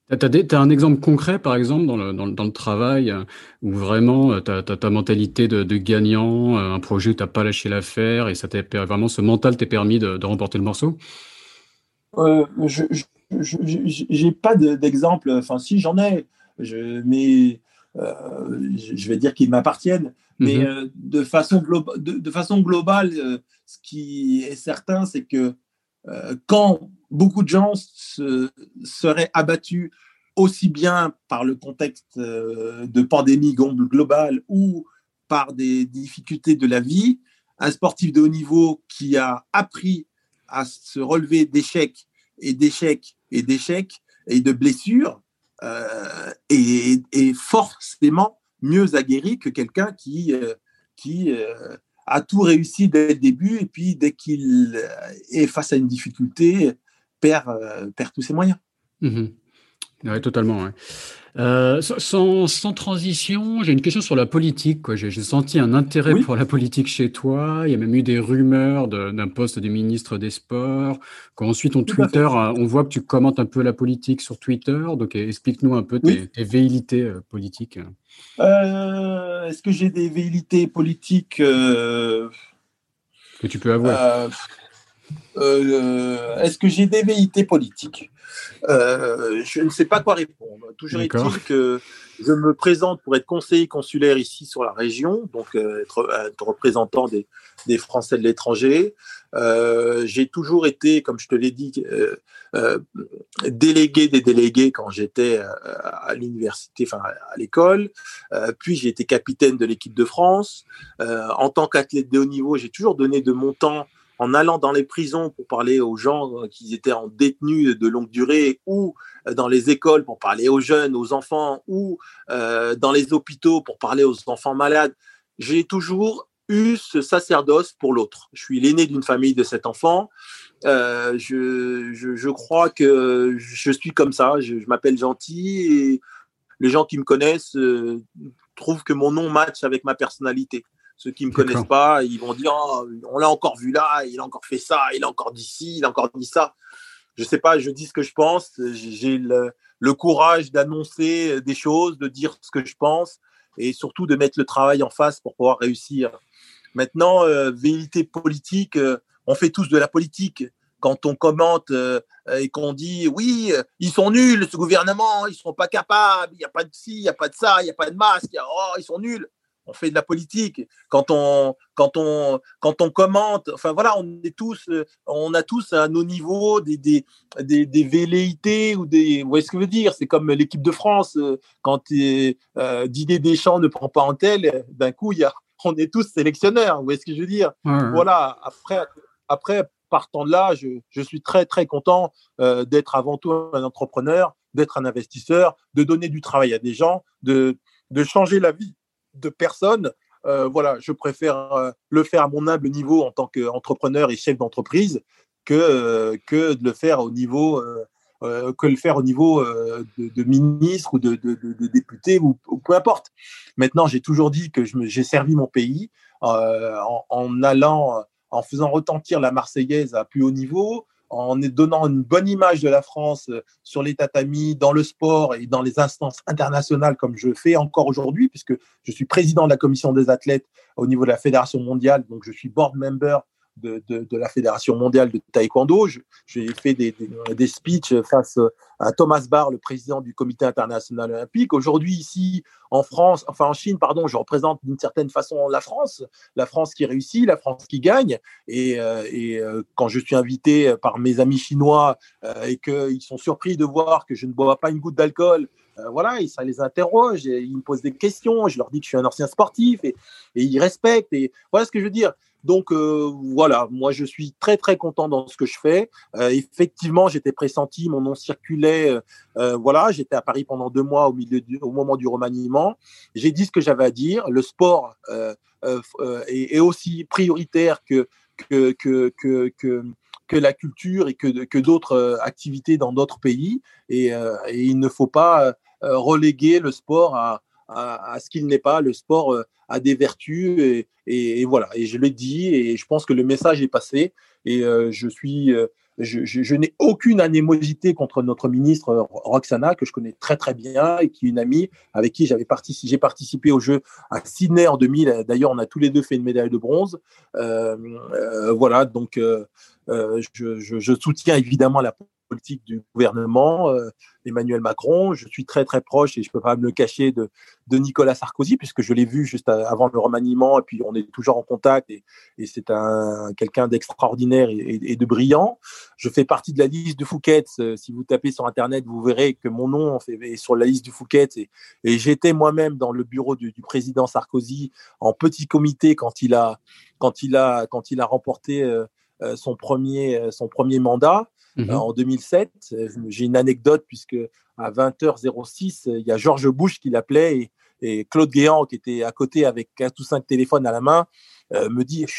Tu as un exemple concret, par exemple, dans le, dans le, dans le travail, euh, où vraiment tu as, ta mentalité de, de gagnant, euh, un projet où tu n'as pas lâché l'affaire, et ça t'a vraiment, ce mental t'est permis de, de remporter le morceau? Euh, je n'ai pas d'exemple, enfin si j'en ai, je, mais euh, je, je vais dire qu'ils m'appartiennent, mais Mhm. euh, de, façon globa, de, de façon globale, euh, ce qui est certain, c'est que euh, quand beaucoup de gens se, seraient abattus aussi bien par le contexte euh, de pandémie globale ou par des difficultés de la vie, un sportif de haut niveau qui a appris à se relever d'échecs et d'échecs et d'échecs et de blessures euh, est, est, forcément mieux aguerri que quelqu'un qui, euh, qui euh, a tout réussi dès le début et puis dès qu'il est face à une difficulté, perd, euh, perd tous ses moyens. Mhm. Ouais, totalement. Ouais. Euh, sans, sans transition, j'ai une question sur la politique, quoi. J'ai j'ai senti un intérêt Oui, pour la politique chez toi. Il y a même eu des rumeurs de- d'un poste de ministre des Sports. Quand ensuite on tout à Twitter, fait. euh, on voit que tu commentes un peu la politique sur Twitter. Donc eh, explique-nous un peu Oui. tes, tes velléités euh, politiques Euh, est-ce que j'ai des velléités politiques euh, que tu peux avouer. euh, euh, Est-ce que j'ai des velléités politiques Euh, Je ne sais pas quoi répondre. Toujours D'accord. est-il que je me présente pour être conseiller consulaire ici sur la région, donc euh, être, être représentant des, des Français de l'étranger. Euh, j'ai toujours été, comme je te l'ai dit, euh, euh, délégué des délégués quand j'étais euh, à l'université, enfin à l'école. Euh, puis j'ai été capitaine de l'équipe de France. Euh, en tant qu'athlète de haut niveau, j'ai toujours donné de mon temps en allant dans les prisons pour parler aux gens qui étaient en détenus de longue durée ou dans les écoles pour parler aux jeunes, aux enfants ou euh, dans les hôpitaux pour parler aux enfants malades. J'ai toujours eu ce sacerdoce pour l'autre. Je suis l'aîné d'une famille de sept enfants. Euh, je, je, je, crois que je suis comme ça. Je, je m'appelle Gentil et les gens qui me connaissent euh, trouvent que mon nom match avec ma personnalité. Ceux qui ne me connaissent D'accord. pas, ils vont dire oh, on l'a encore vu là, il a encore fait ça, il a encore dit ci, il a encore dit ça. Je ne sais pas, je dis ce que je pense. J'ai le, le courage d'annoncer des choses, de dire ce que je pense et surtout de mettre le travail en face pour pouvoir réussir. Maintenant, euh, vérité politique, euh, on fait tous de la politique. Quand on commente euh, et qu'on dit oui, euh, ils sont nuls, ce gouvernement, ils ne sont pas capables, il n'y a pas de ci, il n'y a pas de ça, il n'y a pas de masque, y a, oh, ils sont nuls. On fait de la politique. Quand on, quand on, quand on commente, enfin voilà, on est tous, euh, on a tous à nos niveaux des, des, des, des velléités ou des, vous voyez ce que je veux dire. C'est comme l'équipe de France, euh, quand euh, Didier Deschamps ne prend pas en tel, d'un coup, il y a on est tous sélectionneurs, vous voyez ce que je veux dire. Ouais, ouais. Voilà, après, après partant de là, je, je suis très, très content euh, d'être avant tout un entrepreneur, d'être un investisseur, de donner du travail à des gens, de, de changer la vie de personnes. Euh, voilà, je préfère euh, le faire à mon humble niveau en tant qu'entrepreneur et chef d'entreprise que, euh, que de le faire au niveau euh, euh, que le faire au niveau euh, de, de ministre ou de, de, de, de député ou, ou peu importe. Maintenant, j'ai toujours dit que je me, j'ai servi mon pays euh, en, en allant, en faisant retentir la Marseillaise à plus haut niveau, en donnant une bonne image de la France sur les tatamis, dans le sport et dans les instances internationales comme je fais encore aujourd'hui, puisque je suis président de la commission des athlètes au niveau de la Fédération mondiale, donc je suis board member de, de, de la Fédération mondiale de taekwondo. Je, j'ai fait des, des, des speeches face à Thomas Barr, le président du Comité international olympique. Aujourd'hui, ici, en France, enfin en Chine, pardon, je représente d'une certaine façon la France, la France qui réussit, la France qui gagne. Et, euh, et euh, quand je suis invité par mes amis chinois euh, et qu'ils sont surpris de voir que je ne bois pas une goutte d'alcool, euh, voilà, et ça les interroge, et ils me posent des questions, je leur dis que je suis un ancien sportif, et, et ils respectent. Et voilà ce que je veux dire. Donc euh, voilà, moi je suis très très content dans ce que je fais. Euh, effectivement, j'étais pressenti, mon nom circulait. Euh, euh, voilà, j'étais à Paris pendant deux mois au, milieu du, au moment du remaniement. J'ai dit ce que j'avais à dire. Le sport euh, euh, est, est aussi prioritaire que que que que, que que la culture et que, que d'autres activités dans d'autres pays. Et, euh, et il ne faut pas euh, reléguer le sport à, à, à ce qu'il n'est pas. Le sport euh, a des vertus et, et, et voilà. Et je l'ai dit et je pense que le message est passé. Et euh, je suis, euh, je, je, je n'ai aucune animosité contre notre ministre Roxana que je connais très très bien et qui est une amie avec qui j'avais participé, j'ai participé aux Jeux à Sydney en deux mille. D'ailleurs, on a tous les deux fait une médaille de bronze. Euh, euh, voilà, donc euh, euh, je, je, je soutiens évidemment la politique du gouvernement, euh, Emmanuel Macron. Je suis très très proche et je ne peux pas me le cacher de, de Nicolas Sarkozy puisque je l'ai vu juste avant le remaniement et puis on est toujours en contact et, et c'est un, quelqu'un d'extraordinaire et, et, et de brillant. Je fais partie de la liste de Fouquet. Si vous tapez sur Internet, vous verrez que mon nom est sur la liste du Fouquet et, et j'étais moi-même dans le bureau du, du président Sarkozy en petit comité quand il a, quand il a, quand il a remporté euh, son, premier, son premier mandat. Mmh. En deux mille sept. J'ai une anecdote puisque à vingt heures zéro six, il y a George Bush qui l'appelait et, et Claude Guéant, qui était à côté avec quatre ou cinq téléphones à la main, euh, me dit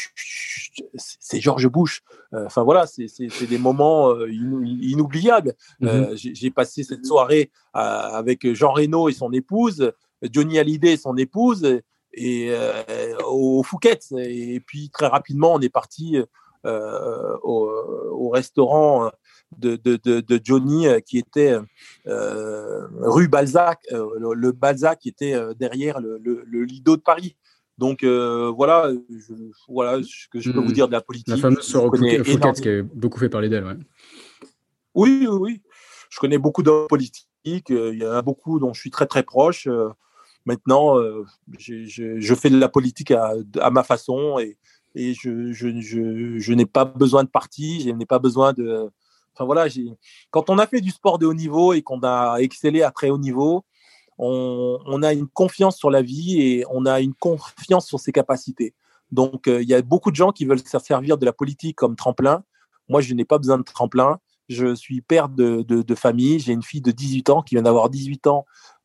c'est George Bush. Enfin euh, voilà, c'est, c'est, c'est des moments euh, inoubliables. Mm-hmm. Euh, j'ai, j'ai passé cette soirée euh, avec Jean Reno et son épouse, Johnny Hallyday et son épouse, et euh, au Phuket. Et puis très rapidement, on est parti euh, au, au restaurant de, de, de, de Johnny qui était euh, rue Balzac, euh, le, le Balzac qui était derrière le, le, le Lido de Paris. Donc euh, voilà, je, voilà ce que je peux mmh. vous dire de la politique. La fameuse soirée au Phuket qui a beaucoup fait parler d'elle. Ouais. Oui, oui, oui. Je connais beaucoup d'hommes politiques. Il y en a beaucoup dont je suis très très proche. Maintenant, euh, je, je, je fais de la politique à, à ma façon et, et je, je, je, je n'ai pas besoin de parti, je n'ai pas besoin de. Enfin voilà, j'ai... quand on a fait du sport de haut niveau et qu'on a excellé à très haut niveau, on, on a une confiance sur la vie et on a une confiance sur ses capacités. Donc, il euh, y a beaucoup de gens qui veulent se servir de la politique comme tremplin. Moi, je n'ai pas besoin de tremplin. Je suis père de, de, de famille. J'ai une fille de dix-huit ans qui vient d'avoir dix-huit ans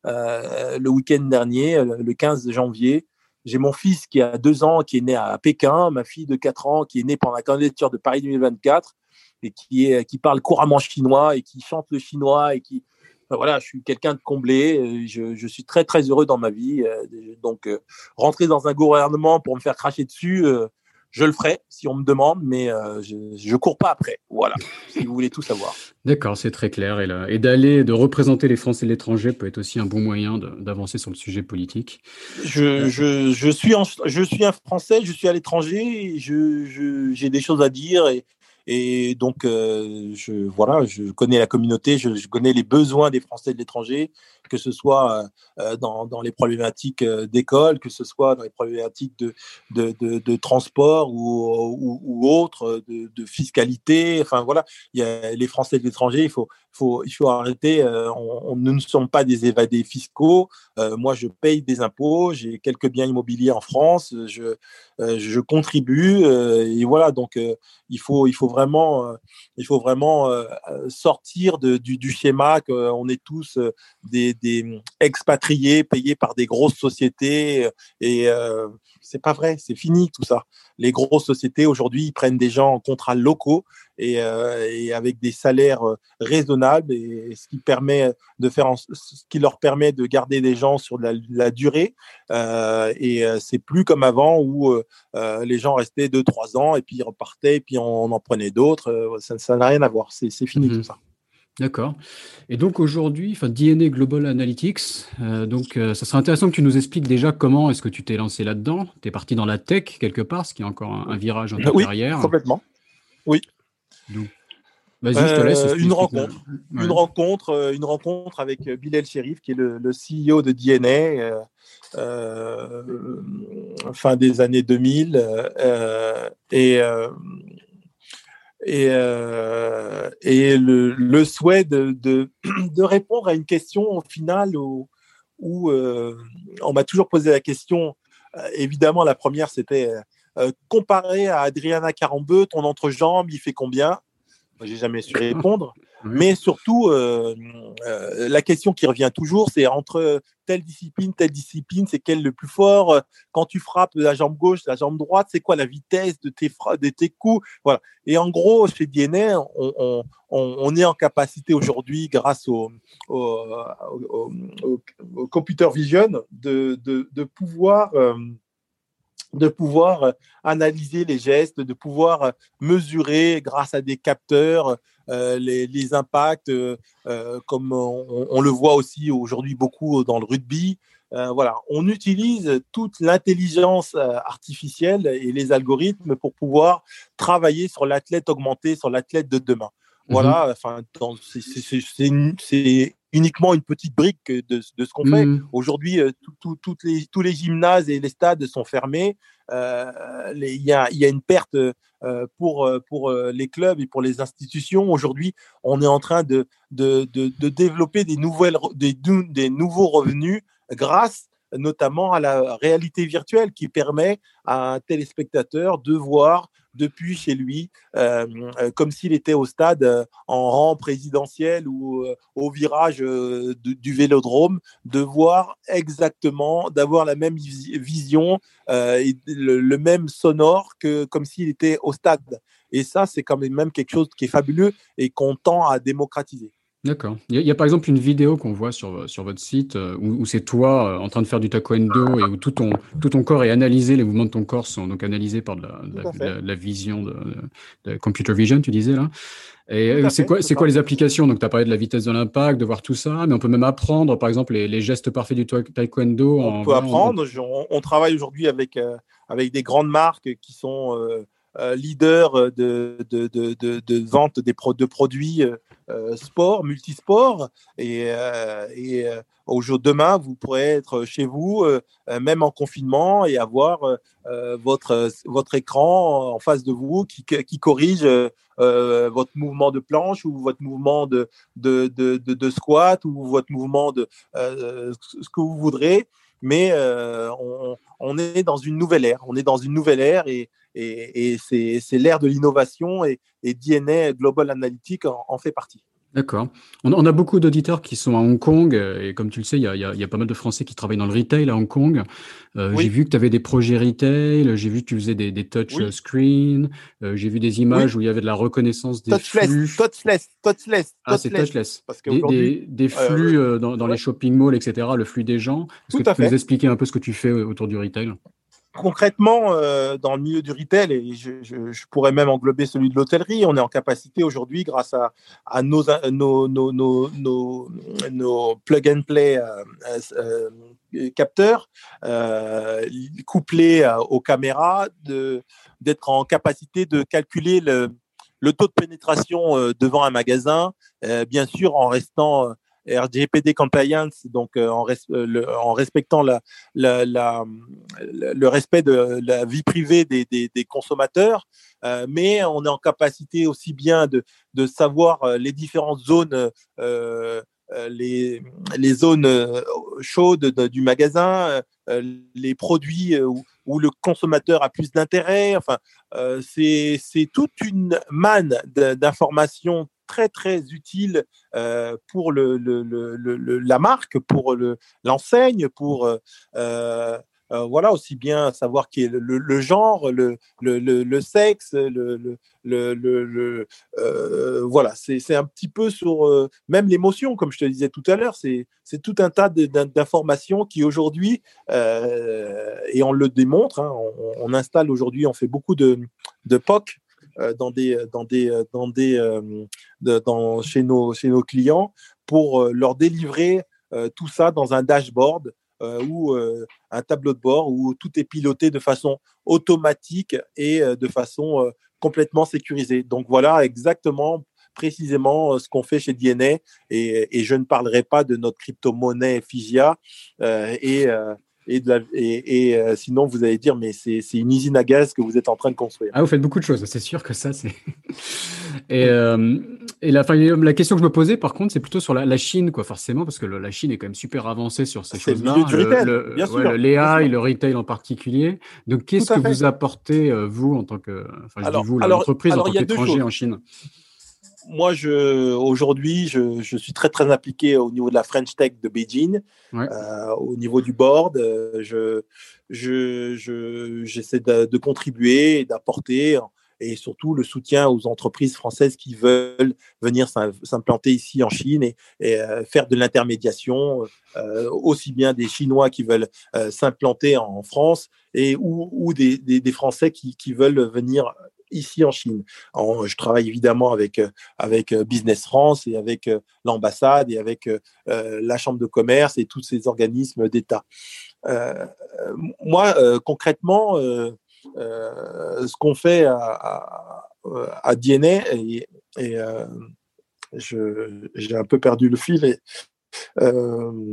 euh, le week-end dernier, le quinze janvier. J'ai mon fils qui a deux ans, qui est né à Pékin. Ma fille de quatre ans qui est née pendant la candidature de Paris deux mille vingt-quatre et qui, est, qui parle couramment chinois et qui chante le chinois et qui... Enfin, voilà, je suis quelqu'un de comblé, je, je suis très très heureux dans ma vie, donc euh, rentrer dans un gouvernement pour me faire cracher dessus, euh, je le ferai si on me demande, mais euh, je ne cours pas après, voilà, si vous voulez tout savoir. D'accord, c'est très clair, et, là, et d'aller, de représenter les Français de l'étranger peut être aussi un bon moyen de, d'avancer sur le sujet politique. Je, je, je, suis, en, je suis un Français, je suis à l'étranger, je, je, j'ai des choses à dire, et Et donc, euh, je, voilà, je connais la communauté, je, je connais les besoins des Français de l'étranger, que ce soit euh, dans, dans les problématiques d'école, que ce soit dans les problématiques de, de, de, de transport ou, ou, ou autres, de, de fiscalité. Enfin, voilà, il y a les Français de l'étranger, il faut, faut, il faut arrêter. Euh, on, on, nous ne sommes pas des évadés fiscaux. Euh, moi, je paye des impôts, j'ai quelques biens immobiliers en France, je, euh, je contribue. Euh, et voilà, donc euh, il faut, il faut vraiment, euh, il faut vraiment euh, sortir de, du, du schéma qu'on est tous euh, des, des expatriés payés par des grosses sociétés. Et euh, c'est pas vrai, c'est fini tout ça. Les grosses sociétés aujourd'hui, ils prennent des gens en contrats locaux et, euh, et avec des salaires raisonnables, et, et ce qui permet de faire, en, ce qui leur permet de garder des gens sur la, la durée. Euh, et euh, c'est plus comme avant où euh, les gens restaient deux, trois ans et puis ils repartaient et puis on, on en prenait d'autres. Euh, ça, ça n'a rien à voir. C'est, c'est fini mmh. tout ça. D'accord. Et donc aujourd'hui, enfin, D N A Global Analytics, euh, donc euh, ça serait intéressant que tu nous expliques déjà comment est-ce que tu t'es lancé là-dedans. Tu es parti dans la tech quelque part, ce qui est encore un, un virage dans ta oui, carrière. Complètement. Oui. Donc, vas-y, euh, je te laisse. Une rencontre, ouais. une rencontre, une rencontre avec Bill El-Sherif, qui est le, le C E O de D N A, euh, euh, fin des années deux mille, euh, et euh, et, euh, et le, le souhait de, de, de répondre à une question au final où, où euh, on m'a toujours posé la question. Euh, évidemment, la première, c'était euh, comparé à Adriana Carambeu, ton entrejambe, il fait combien? Moi, j'ai jamais su répondre. Oui. Mais surtout, euh, euh, la question qui revient toujours, c'est entre telle discipline, telle discipline, c'est quel le plus fort? Quand tu frappes de la jambe gauche, la jambe droite, c'est quoi la vitesse de tes, fra- de tes coups? Voilà. Et en gros, chez D N A, on, on, on, on est en capacité aujourd'hui, grâce au, au, au, au, au computer vision, de, de, de pouvoir... Euh, de pouvoir analyser les gestes, de pouvoir mesurer grâce à des capteurs euh, les, les impacts, euh, comme on, on le voit aussi aujourd'hui beaucoup dans le rugby. Euh, voilà, on utilise toute l'intelligence artificielle et les algorithmes pour pouvoir travailler sur l'athlète augmenté, sur l'athlète de demain. Voilà, enfin, mmh. c'est, c'est, c'est, c'est uniquement une petite brique de, de ce qu'on mmh. fait. Aujourd'hui, tout, tout, toutes les, tous les gymnases et les stades sont fermés. Euh, les, y a, y a une perte euh, pour, pour les clubs et pour les institutions. Aujourd'hui, on est en train de, de, de, de développer des, nouvelles, des, des nouveaux revenus grâce notamment à la réalité virtuelle qui permet à un téléspectateur de voir depuis chez lui, euh, euh, comme s'il était au stade euh, en rang présidentiel ou euh, au virage euh, de, du Vélodrome, de voir exactement, d'avoir la même vision euh, et le, le même sonore que comme s'il était au stade. Et ça, c'est quand même quelque chose qui est fabuleux et qu'on tend à démocratiser. D'accord. Il y, a, il y a par exemple une vidéo qu'on voit sur, sur votre site euh, où, où c'est toi euh, en train de faire du taekwondo et où tout ton, tout ton corps est analysé, les mouvements de ton corps sont donc analysés par de la, de Tout la, à de fait. la, de la vision de, de, de computer vision, tu disais là. Et Tout euh, à c'est fait, quoi, c'est c'est quoi ça. les applications? Donc, tu as parlé de la vitesse de l'impact, de voir tout ça, mais on peut même apprendre, par exemple, les, les gestes parfaits du taekwondo On en, peut voilà, en, apprendre. On, on travaille aujourd'hui avec, euh, avec des grandes marques qui sont euh, euh, leaders de, de, de, de, de vente des pro, de produits euh, sport, multisport. Et, euh, et euh, au jour demain, vous pourrez être chez vous, euh, même en confinement, et avoir euh, votre, votre écran en face de vous qui, qui corrige euh, votre mouvement de planche ou votre mouvement de, de, de, de, de squat ou votre mouvement de euh, ce que vous voudrez. Mais euh, on, on est dans une nouvelle ère. On est dans une nouvelle ère et, et, et c'est, c'est l'ère de l'innovation et, et D N A Global Analytics en, en fait partie. D'accord. On, on a beaucoup d'auditeurs qui sont à Hong Kong, euh, et comme tu le sais, il y a, il y a- il y a pas mal de Français qui travaillent dans le retail à Hong Kong. Euh, j'ai Oui, vu que tu avais des projets retail, j'ai vu que tu faisais des, des touch oui, screen, euh, j'ai vu des oui. images où il y avait de la reconnaissance des Touchless, flux. touchless, touchless, Ah, c'est touchless. touchless. Parce Des, qu'aujourd'hui, des, des euh, flux euh, dans, dans les ouais, shopping malls, et cetera, le flux des gens. Est-ce que tout tu à peux nous fait. expliquer un peu ce que tu fais autour du retail? Concrètement, euh, dans le milieu du retail, et je, je, je, pourrais même englober celui de l'hôtellerie, on est en capacité aujourd'hui, grâce à, à nos, nos, nos, nos, nos, nos plug and play euh, euh, capteurs, euh, couplés euh, aux caméras, de, d'être en capacité de calculer le, le taux de pénétration euh, devant un magasin, euh, bien sûr en restant R G P D compliance, donc euh, en, res, euh, le, en respectant la, la, la, le respect de la vie privée des, des, des consommateurs, euh, mais on est en capacité aussi bien de, de savoir les différentes zones, euh, les, les zones chaudes de, du magasin, euh, les produits où, où le consommateur a plus d'intérêt. Enfin, euh, c'est, c'est toute une manne d'informations très très utile euh, pour le, le, le, le, la marque, pour le, l'enseigne, pour euh, euh, voilà, aussi bien savoir qui est le, le, le genre, le, le, le, le sexe, le, le, le, le euh, voilà, c'est, c'est un petit peu sur euh, même l'émotion, comme je te disais tout à l'heure, c'est, c'est tout un tas de, d'informations qui aujourd'hui, euh, et on le démontre, hein, on, on installe aujourd'hui, on fait beaucoup de, de P O C dans des, dans des, dans des, euh, de, dans, chez, nos, chez nos clients pour euh, leur délivrer euh, tout ça dans un dashboard euh, ou euh, un tableau de bord où tout est piloté de façon automatique et euh, de façon euh, complètement sécurisée. Donc voilà exactement précisément ce qu'on fait chez D N A et, et je ne parlerai pas de notre crypto-monnaie Figia euh, et euh, et, de la, et, et euh, sinon, vous allez dire, mais c'est, c'est une usine à gaz que vous êtes en train de construire. Ah, vous faites beaucoup de choses, c'est sûr que ça, c'est. Et, euh, et la, enfin, la question que je me posais, par contre, c'est plutôt sur la, la Chine, quoi, forcément, parce que le- la Chine est quand même super avancée sur ces C'est le milieu choses-là, du le, retail, le, bien ouais, le sûr, bien l'A I, sûr. le retail en particulier. Donc, Tout qu'est-ce que à fait. vous apportez, euh, vous, en tant que. Enfin, je dis Alors, vous, là, alors, l'entreprise en alors, tant il y a deux qu'étranger choses. en Chine? Moi, je, aujourd'hui, je, je suis très, très impliqué au niveau de la French Tech de Beijing, Ouais. euh, au niveau du board. Euh, je, je, je, j'essaie de, de contribuer et d'apporter, et surtout le soutien aux entreprises françaises qui veulent venir s'implanter ici en Chine et, et euh, faire de l'intermédiation, euh, aussi bien des Chinois qui veulent euh, s'implanter en France et ou, ou des, des, des Français qui, qui veulent venir ici en Chine. En, je travaille évidemment avec, avec Business France et avec l'ambassade et avec euh, la Chambre de commerce et tous ces organismes d'État. Euh, moi, euh, concrètement, euh, euh, ce qu'on fait à, à, à D N A, et, et euh, je, j'ai un peu perdu le fil, et, euh,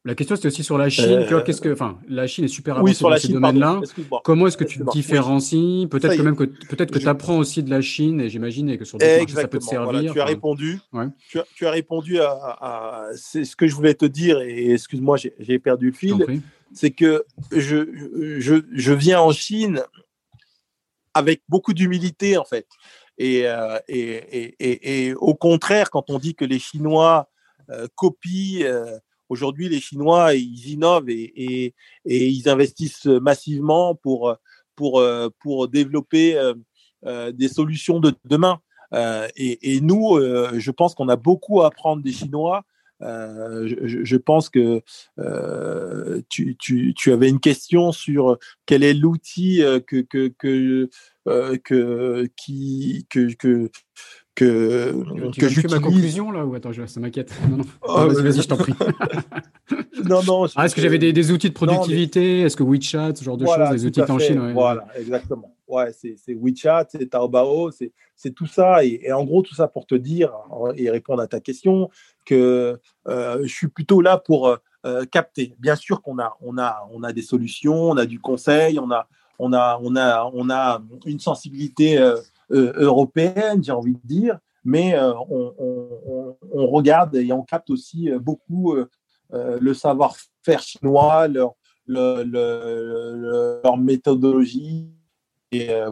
La question, c'était aussi sur la Chine. Tu vois, Euh, qu'est-ce que, enfin, la Chine est super oui, avancée sur dans la ces Chine, pardon. domaines-là. Excuse-moi. Comment est-ce que tu te Excuse-moi. Oui, différencies? ça Peut-être que y est. même que peut-être que tu Je, apprends aussi de la Chine, et j'imagine et que sur d'autres marchés, ça peut te exactement. Voilà, servir. tu as Enfin, répondu. ouais, Tu as, tu as répondu à, à- c'est ce que je voulais te dire. Et excuse-moi, j'ai, j'ai perdu le je t'en fil. prie. C'est que je, je, je viens en Chine avec beaucoup d'humilité, en fait. Et, euh, et, et, et, et au contraire, quand on dit que les Chinois euh, copient, euh, aujourd'hui, les Chinois, ils innovent et, et, et ils investissent massivement pour, pour, euh, pour développer euh, euh, des solutions de demain. Euh, et, et nous, euh, je pense qu'on a beaucoup à apprendre des Chinois. Euh, je, je pense que euh, tu, tu, tu avais une question sur quel est l'outil euh, que, que, que, euh, que, qui, que, que, Tu, que, tu que vas me tuer ma j'utilise. conclusion là ou attends, je- ça m'inquiète. Non, non. Non, vas-y, vas-y, Euh, je t'en prie. non, non, Ah, est-ce que j'avais je, des, des outils de non, mais productivité? Est-ce que WeChat, ce genre de choses, voilà, les tout outils à en Chine, fait. ouais, ouais. Voilà, exactement. Ouais, c'est, c'est WeChat, c'est Taobao, c'est, c'est tout ça. Et, et en gros, tout ça pour te dire et répondre à ta question que euh, je suis plutôt là pour euh, capter. Bien sûr qu'on a, on a, on a des solutions, on a du conseil, on a, on a, on a, on a une sensibilité euh, euh, européenne, j'ai envie de dire, mais euh, on, on, on, regarde et on capte aussi beaucoup euh, le savoir-faire chinois, leur le, le, le, leur méthodologie. Et, euh...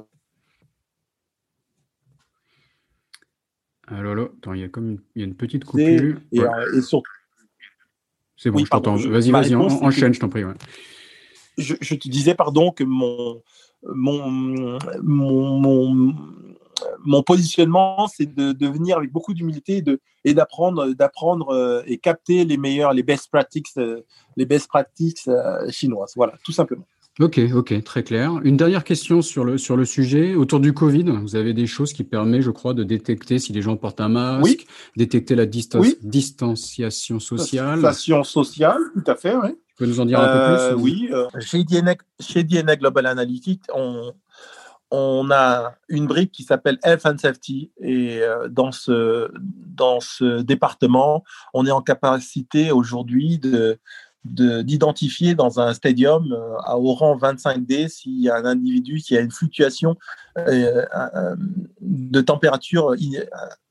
Alors là, attends, il y a comme une, il y a une petite et, coupure. et, Ouais, et surtout, c'est bon, oui, je pardon, t'entends. je, Vas-y, ma vas-y, en- réponse, en- c'est que enchaîne, je t'en prie. Ouais. je, je te disais, pardon, que mon, mon, mon, mon, mon positionnement, c'est de, de venir avec beaucoup d'humilité et, de, et d'apprendre, d'apprendre euh, et capter les meilleurs, les best practices, euh, les best practices euh, chinoises. Voilà, tout simplement. Ok, ok, très clair. Une dernière question sur le, sur le sujet. Autour du Covid, vous avez des choses qui permettent, je crois, de détecter si les gens portent un Oui, masque, détecter la distan- oui, distanciation sociale. station sociale, tout à fait, oui. Tu peux nous en dire un peu plus Euh, ou... oui, euh, chez D N A, chez D N A Global Analytics, on, on a une brique qui s'appelle Health and Safety. Et euh, dans, ce, dans ce département, on est en capacité aujourd'hui de, de, d'identifier dans un stadium euh, à au rang vingt-cinq D s'il y a un individu qui a une fluctuation euh, euh, de température in,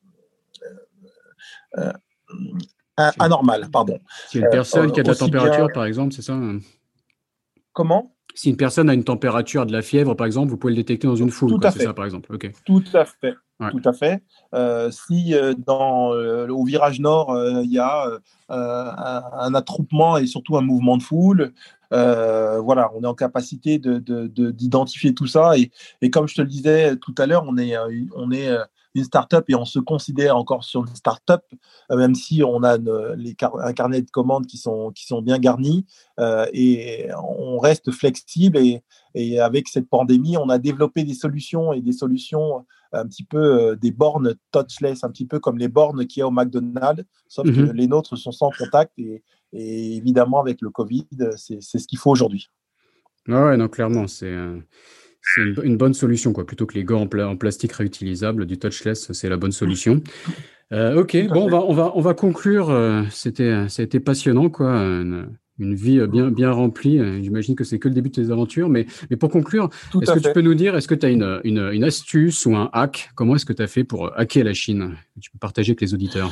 euh, euh, Si, anormale. Pardon. s'il y a une Euh, personne qui a de la aussi bien. température, par exemple, c'est ça? Hein. Comment? Si une personne a une température, de la fièvre, par exemple, vous pouvez le détecter dans une foule, Tout quoi. à C'est ça, fait. par exemple. Ok. Tout à fait. Ouais. Tout à fait. Euh, si euh, dans, euh, au virage nord, euh, il y a euh, un, un attroupement et surtout un mouvement de foule, euh, voilà, on est en capacité de, de, de, d'identifier tout ça. Et, et comme je te le disais tout à l'heure, on est, euh, on est euh, une start-up et on se considère encore sur une start-up, euh, même si on a une, les car- un carnet de commandes qui sont, qui sont bien garnis euh, et on reste flexible. Et, et avec cette pandémie, on a développé des solutions et des solutions un petit peu euh, des bornes touchless, un petit peu comme les bornes qu'il y a au McDonald's, sauf que Mhm. les nôtres sont sans contact et, et évidemment avec le Covid, c'est, c'est ce qu'il faut aujourd'hui. Ah ouais, non, clairement, c'est euh, c'est une, une bonne solution, quoi. Plutôt que les gants en, pla- en plastique réutilisables, du touchless, c'est la bonne solution. Euh, ok, Tout à bon, on fait. va, on va, on va conclure. euh, C'était, ça a été passionnant, quoi. Une, une vie euh, bien, bien remplie. Euh, J'imagine que c'est que le début de tes aventures. Mais, mais pour conclure, Tout est-ce à que tu fait. peux nous dire, est-ce que tu as une, une, une astuce ou un hack? Comment est-ce que tu as fait pour hacker la Chine? Que tu peux partager avec les auditeurs.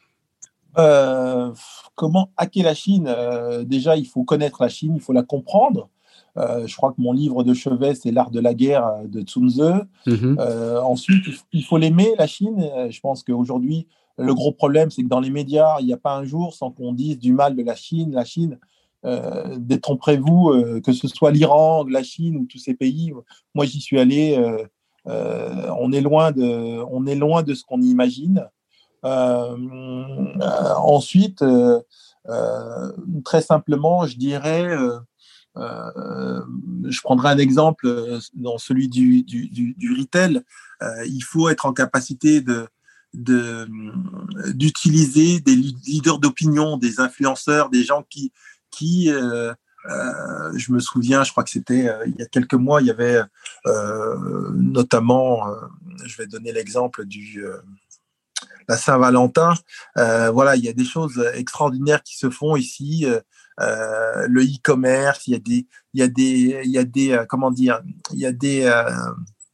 Euh, comment hacker la Chine? Euh, déjà, il faut connaître la Chine, il faut la comprendre. Euh, je crois que mon livre de chevet, c'est L'art de la guerre euh, de Sun Tzu. Mhm. Euh, ensuite, il faut l'aimer, la Chine. Euh, Je pense qu'aujourd'hui, le gros problème, c'est que dans les médias, il n'y a pas un jour sans qu'on dise du mal de la Chine. La Chine, euh, détromperez-vous, euh, que ce soit l'Iran, la Chine ou tous ces pays. Moi, j'y suis allé. Euh, euh, on est loin de, on est loin de ce qu'on imagine. Euh, euh, ensuite, euh, euh, très simplement, je dirais, euh, euh, je prendrai un exemple euh, dans celui du, du, du, du retail. Euh, il faut être en capacité de, de, d'utiliser des leaders d'opinion, des influenceurs, des gens qui, qui euh, euh, je me souviens, je crois que c'était euh, il y a quelques mois, il y avait euh, notamment, euh, je vais donner l'exemple du, euh, la Saint-Valentin. Euh, voilà, il y a des choses extraordinaires qui se font ici. Euh, euh, le e-commerce, il y a des, il y a des, il y a des, euh, comment dire, il y a des. Euh,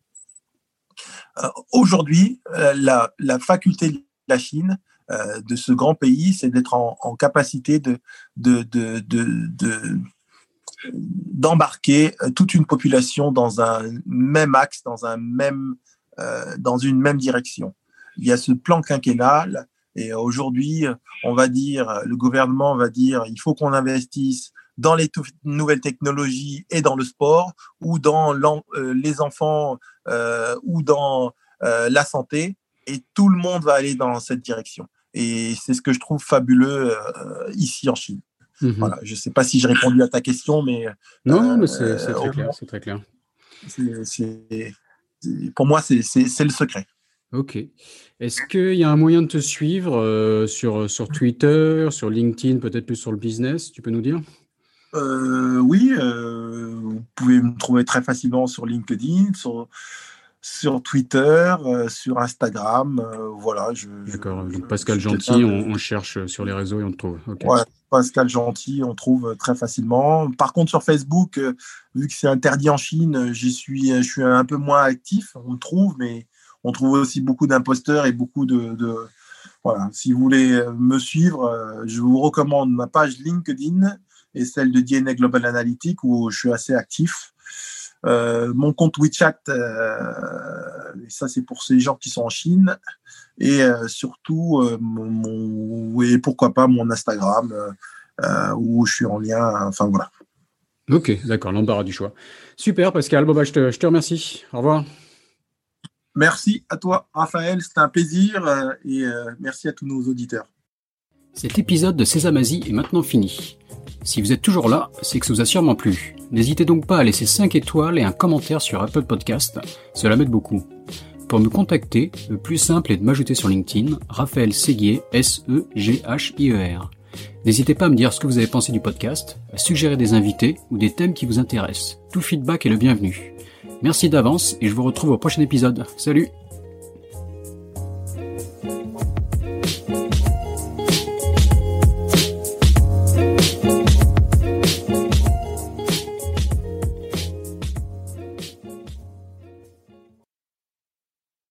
euh, aujourd'hui, euh, la, la faculté de la Chine, euh, de ce grand pays, c'est d'être en, en capacité de, de, de, de, de d'embarquer toute une population dans un même axe, dans un même, euh, dans une même direction. Il y a ce plan quinquennal et aujourd'hui, on va dire, le gouvernement va dire, il faut qu'on investisse dans les t- nouvelles technologies et dans le sport ou dans euh, les enfants euh, ou dans euh, la santé, et tout le monde va aller dans cette direction. Et c'est ce que je trouve fabuleux euh, ici en Chine. Mmh. Voilà, je ne sais pas si j'ai répondu à ta question, mais non, non, mais c'est, c'est très euh, clair, c'est très clair. C'est, c'est, c'est, pour moi, c'est, c'est, c'est le secret. Ok. Est-ce qu'il y a un moyen de te suivre euh, sur, sur Twitter, sur LinkedIn, peut-être plus sur le business, tu peux nous dire? euh, Oui, euh, vous pouvez me trouver très facilement sur LinkedIn, sur, sur Twitter, euh, sur Instagram. Euh, voilà. Je, D'accord. Je, Donc Pascal Gentil, on, on cherche sur les réseaux et on te trouve. Okay. Ouais, Pascal Gentil, on trouve très facilement. Par contre, sur Facebook, euh, vu que c'est interdit en Chine, j'y suis, je suis un peu moins actif. On me trouve, mais on trouve aussi beaucoup d'imposteurs et beaucoup de, de... Voilà. Si vous voulez me suivre, je vous recommande ma page LinkedIn et celle de D N A Global Analytics où je suis assez actif. Euh, mon compte WeChat, euh, et ça c'est pour ces gens qui sont en Chine, et euh, surtout euh, mon, mon, et pourquoi pas mon Instagram euh, où je suis en lien, enfin voilà. Ok, d'accord, l'embarras du choix. Super Pascal, bon, bah, je, te, je te remercie, au revoir. Merci à toi Raphaël, c'était un plaisir euh, et euh, merci à tous nos auditeurs. Cet épisode de Sésamazie est maintenant fini. Si vous êtes toujours là, c'est que ça vous a sûrement plu. N'hésitez donc pas à laisser cinq étoiles et un commentaire sur Apple Podcast, cela m'aide beaucoup. Pour me contacter, le plus simple est de m'ajouter sur LinkedIn, Raphaël Séguier, S E G H I E R. N'hésitez pas à me dire ce que vous avez pensé du podcast, à suggérer des invités ou des thèmes qui vous intéressent. Tout feedback est le bienvenu. Merci d'avance et je vous retrouve au prochain épisode. Salut!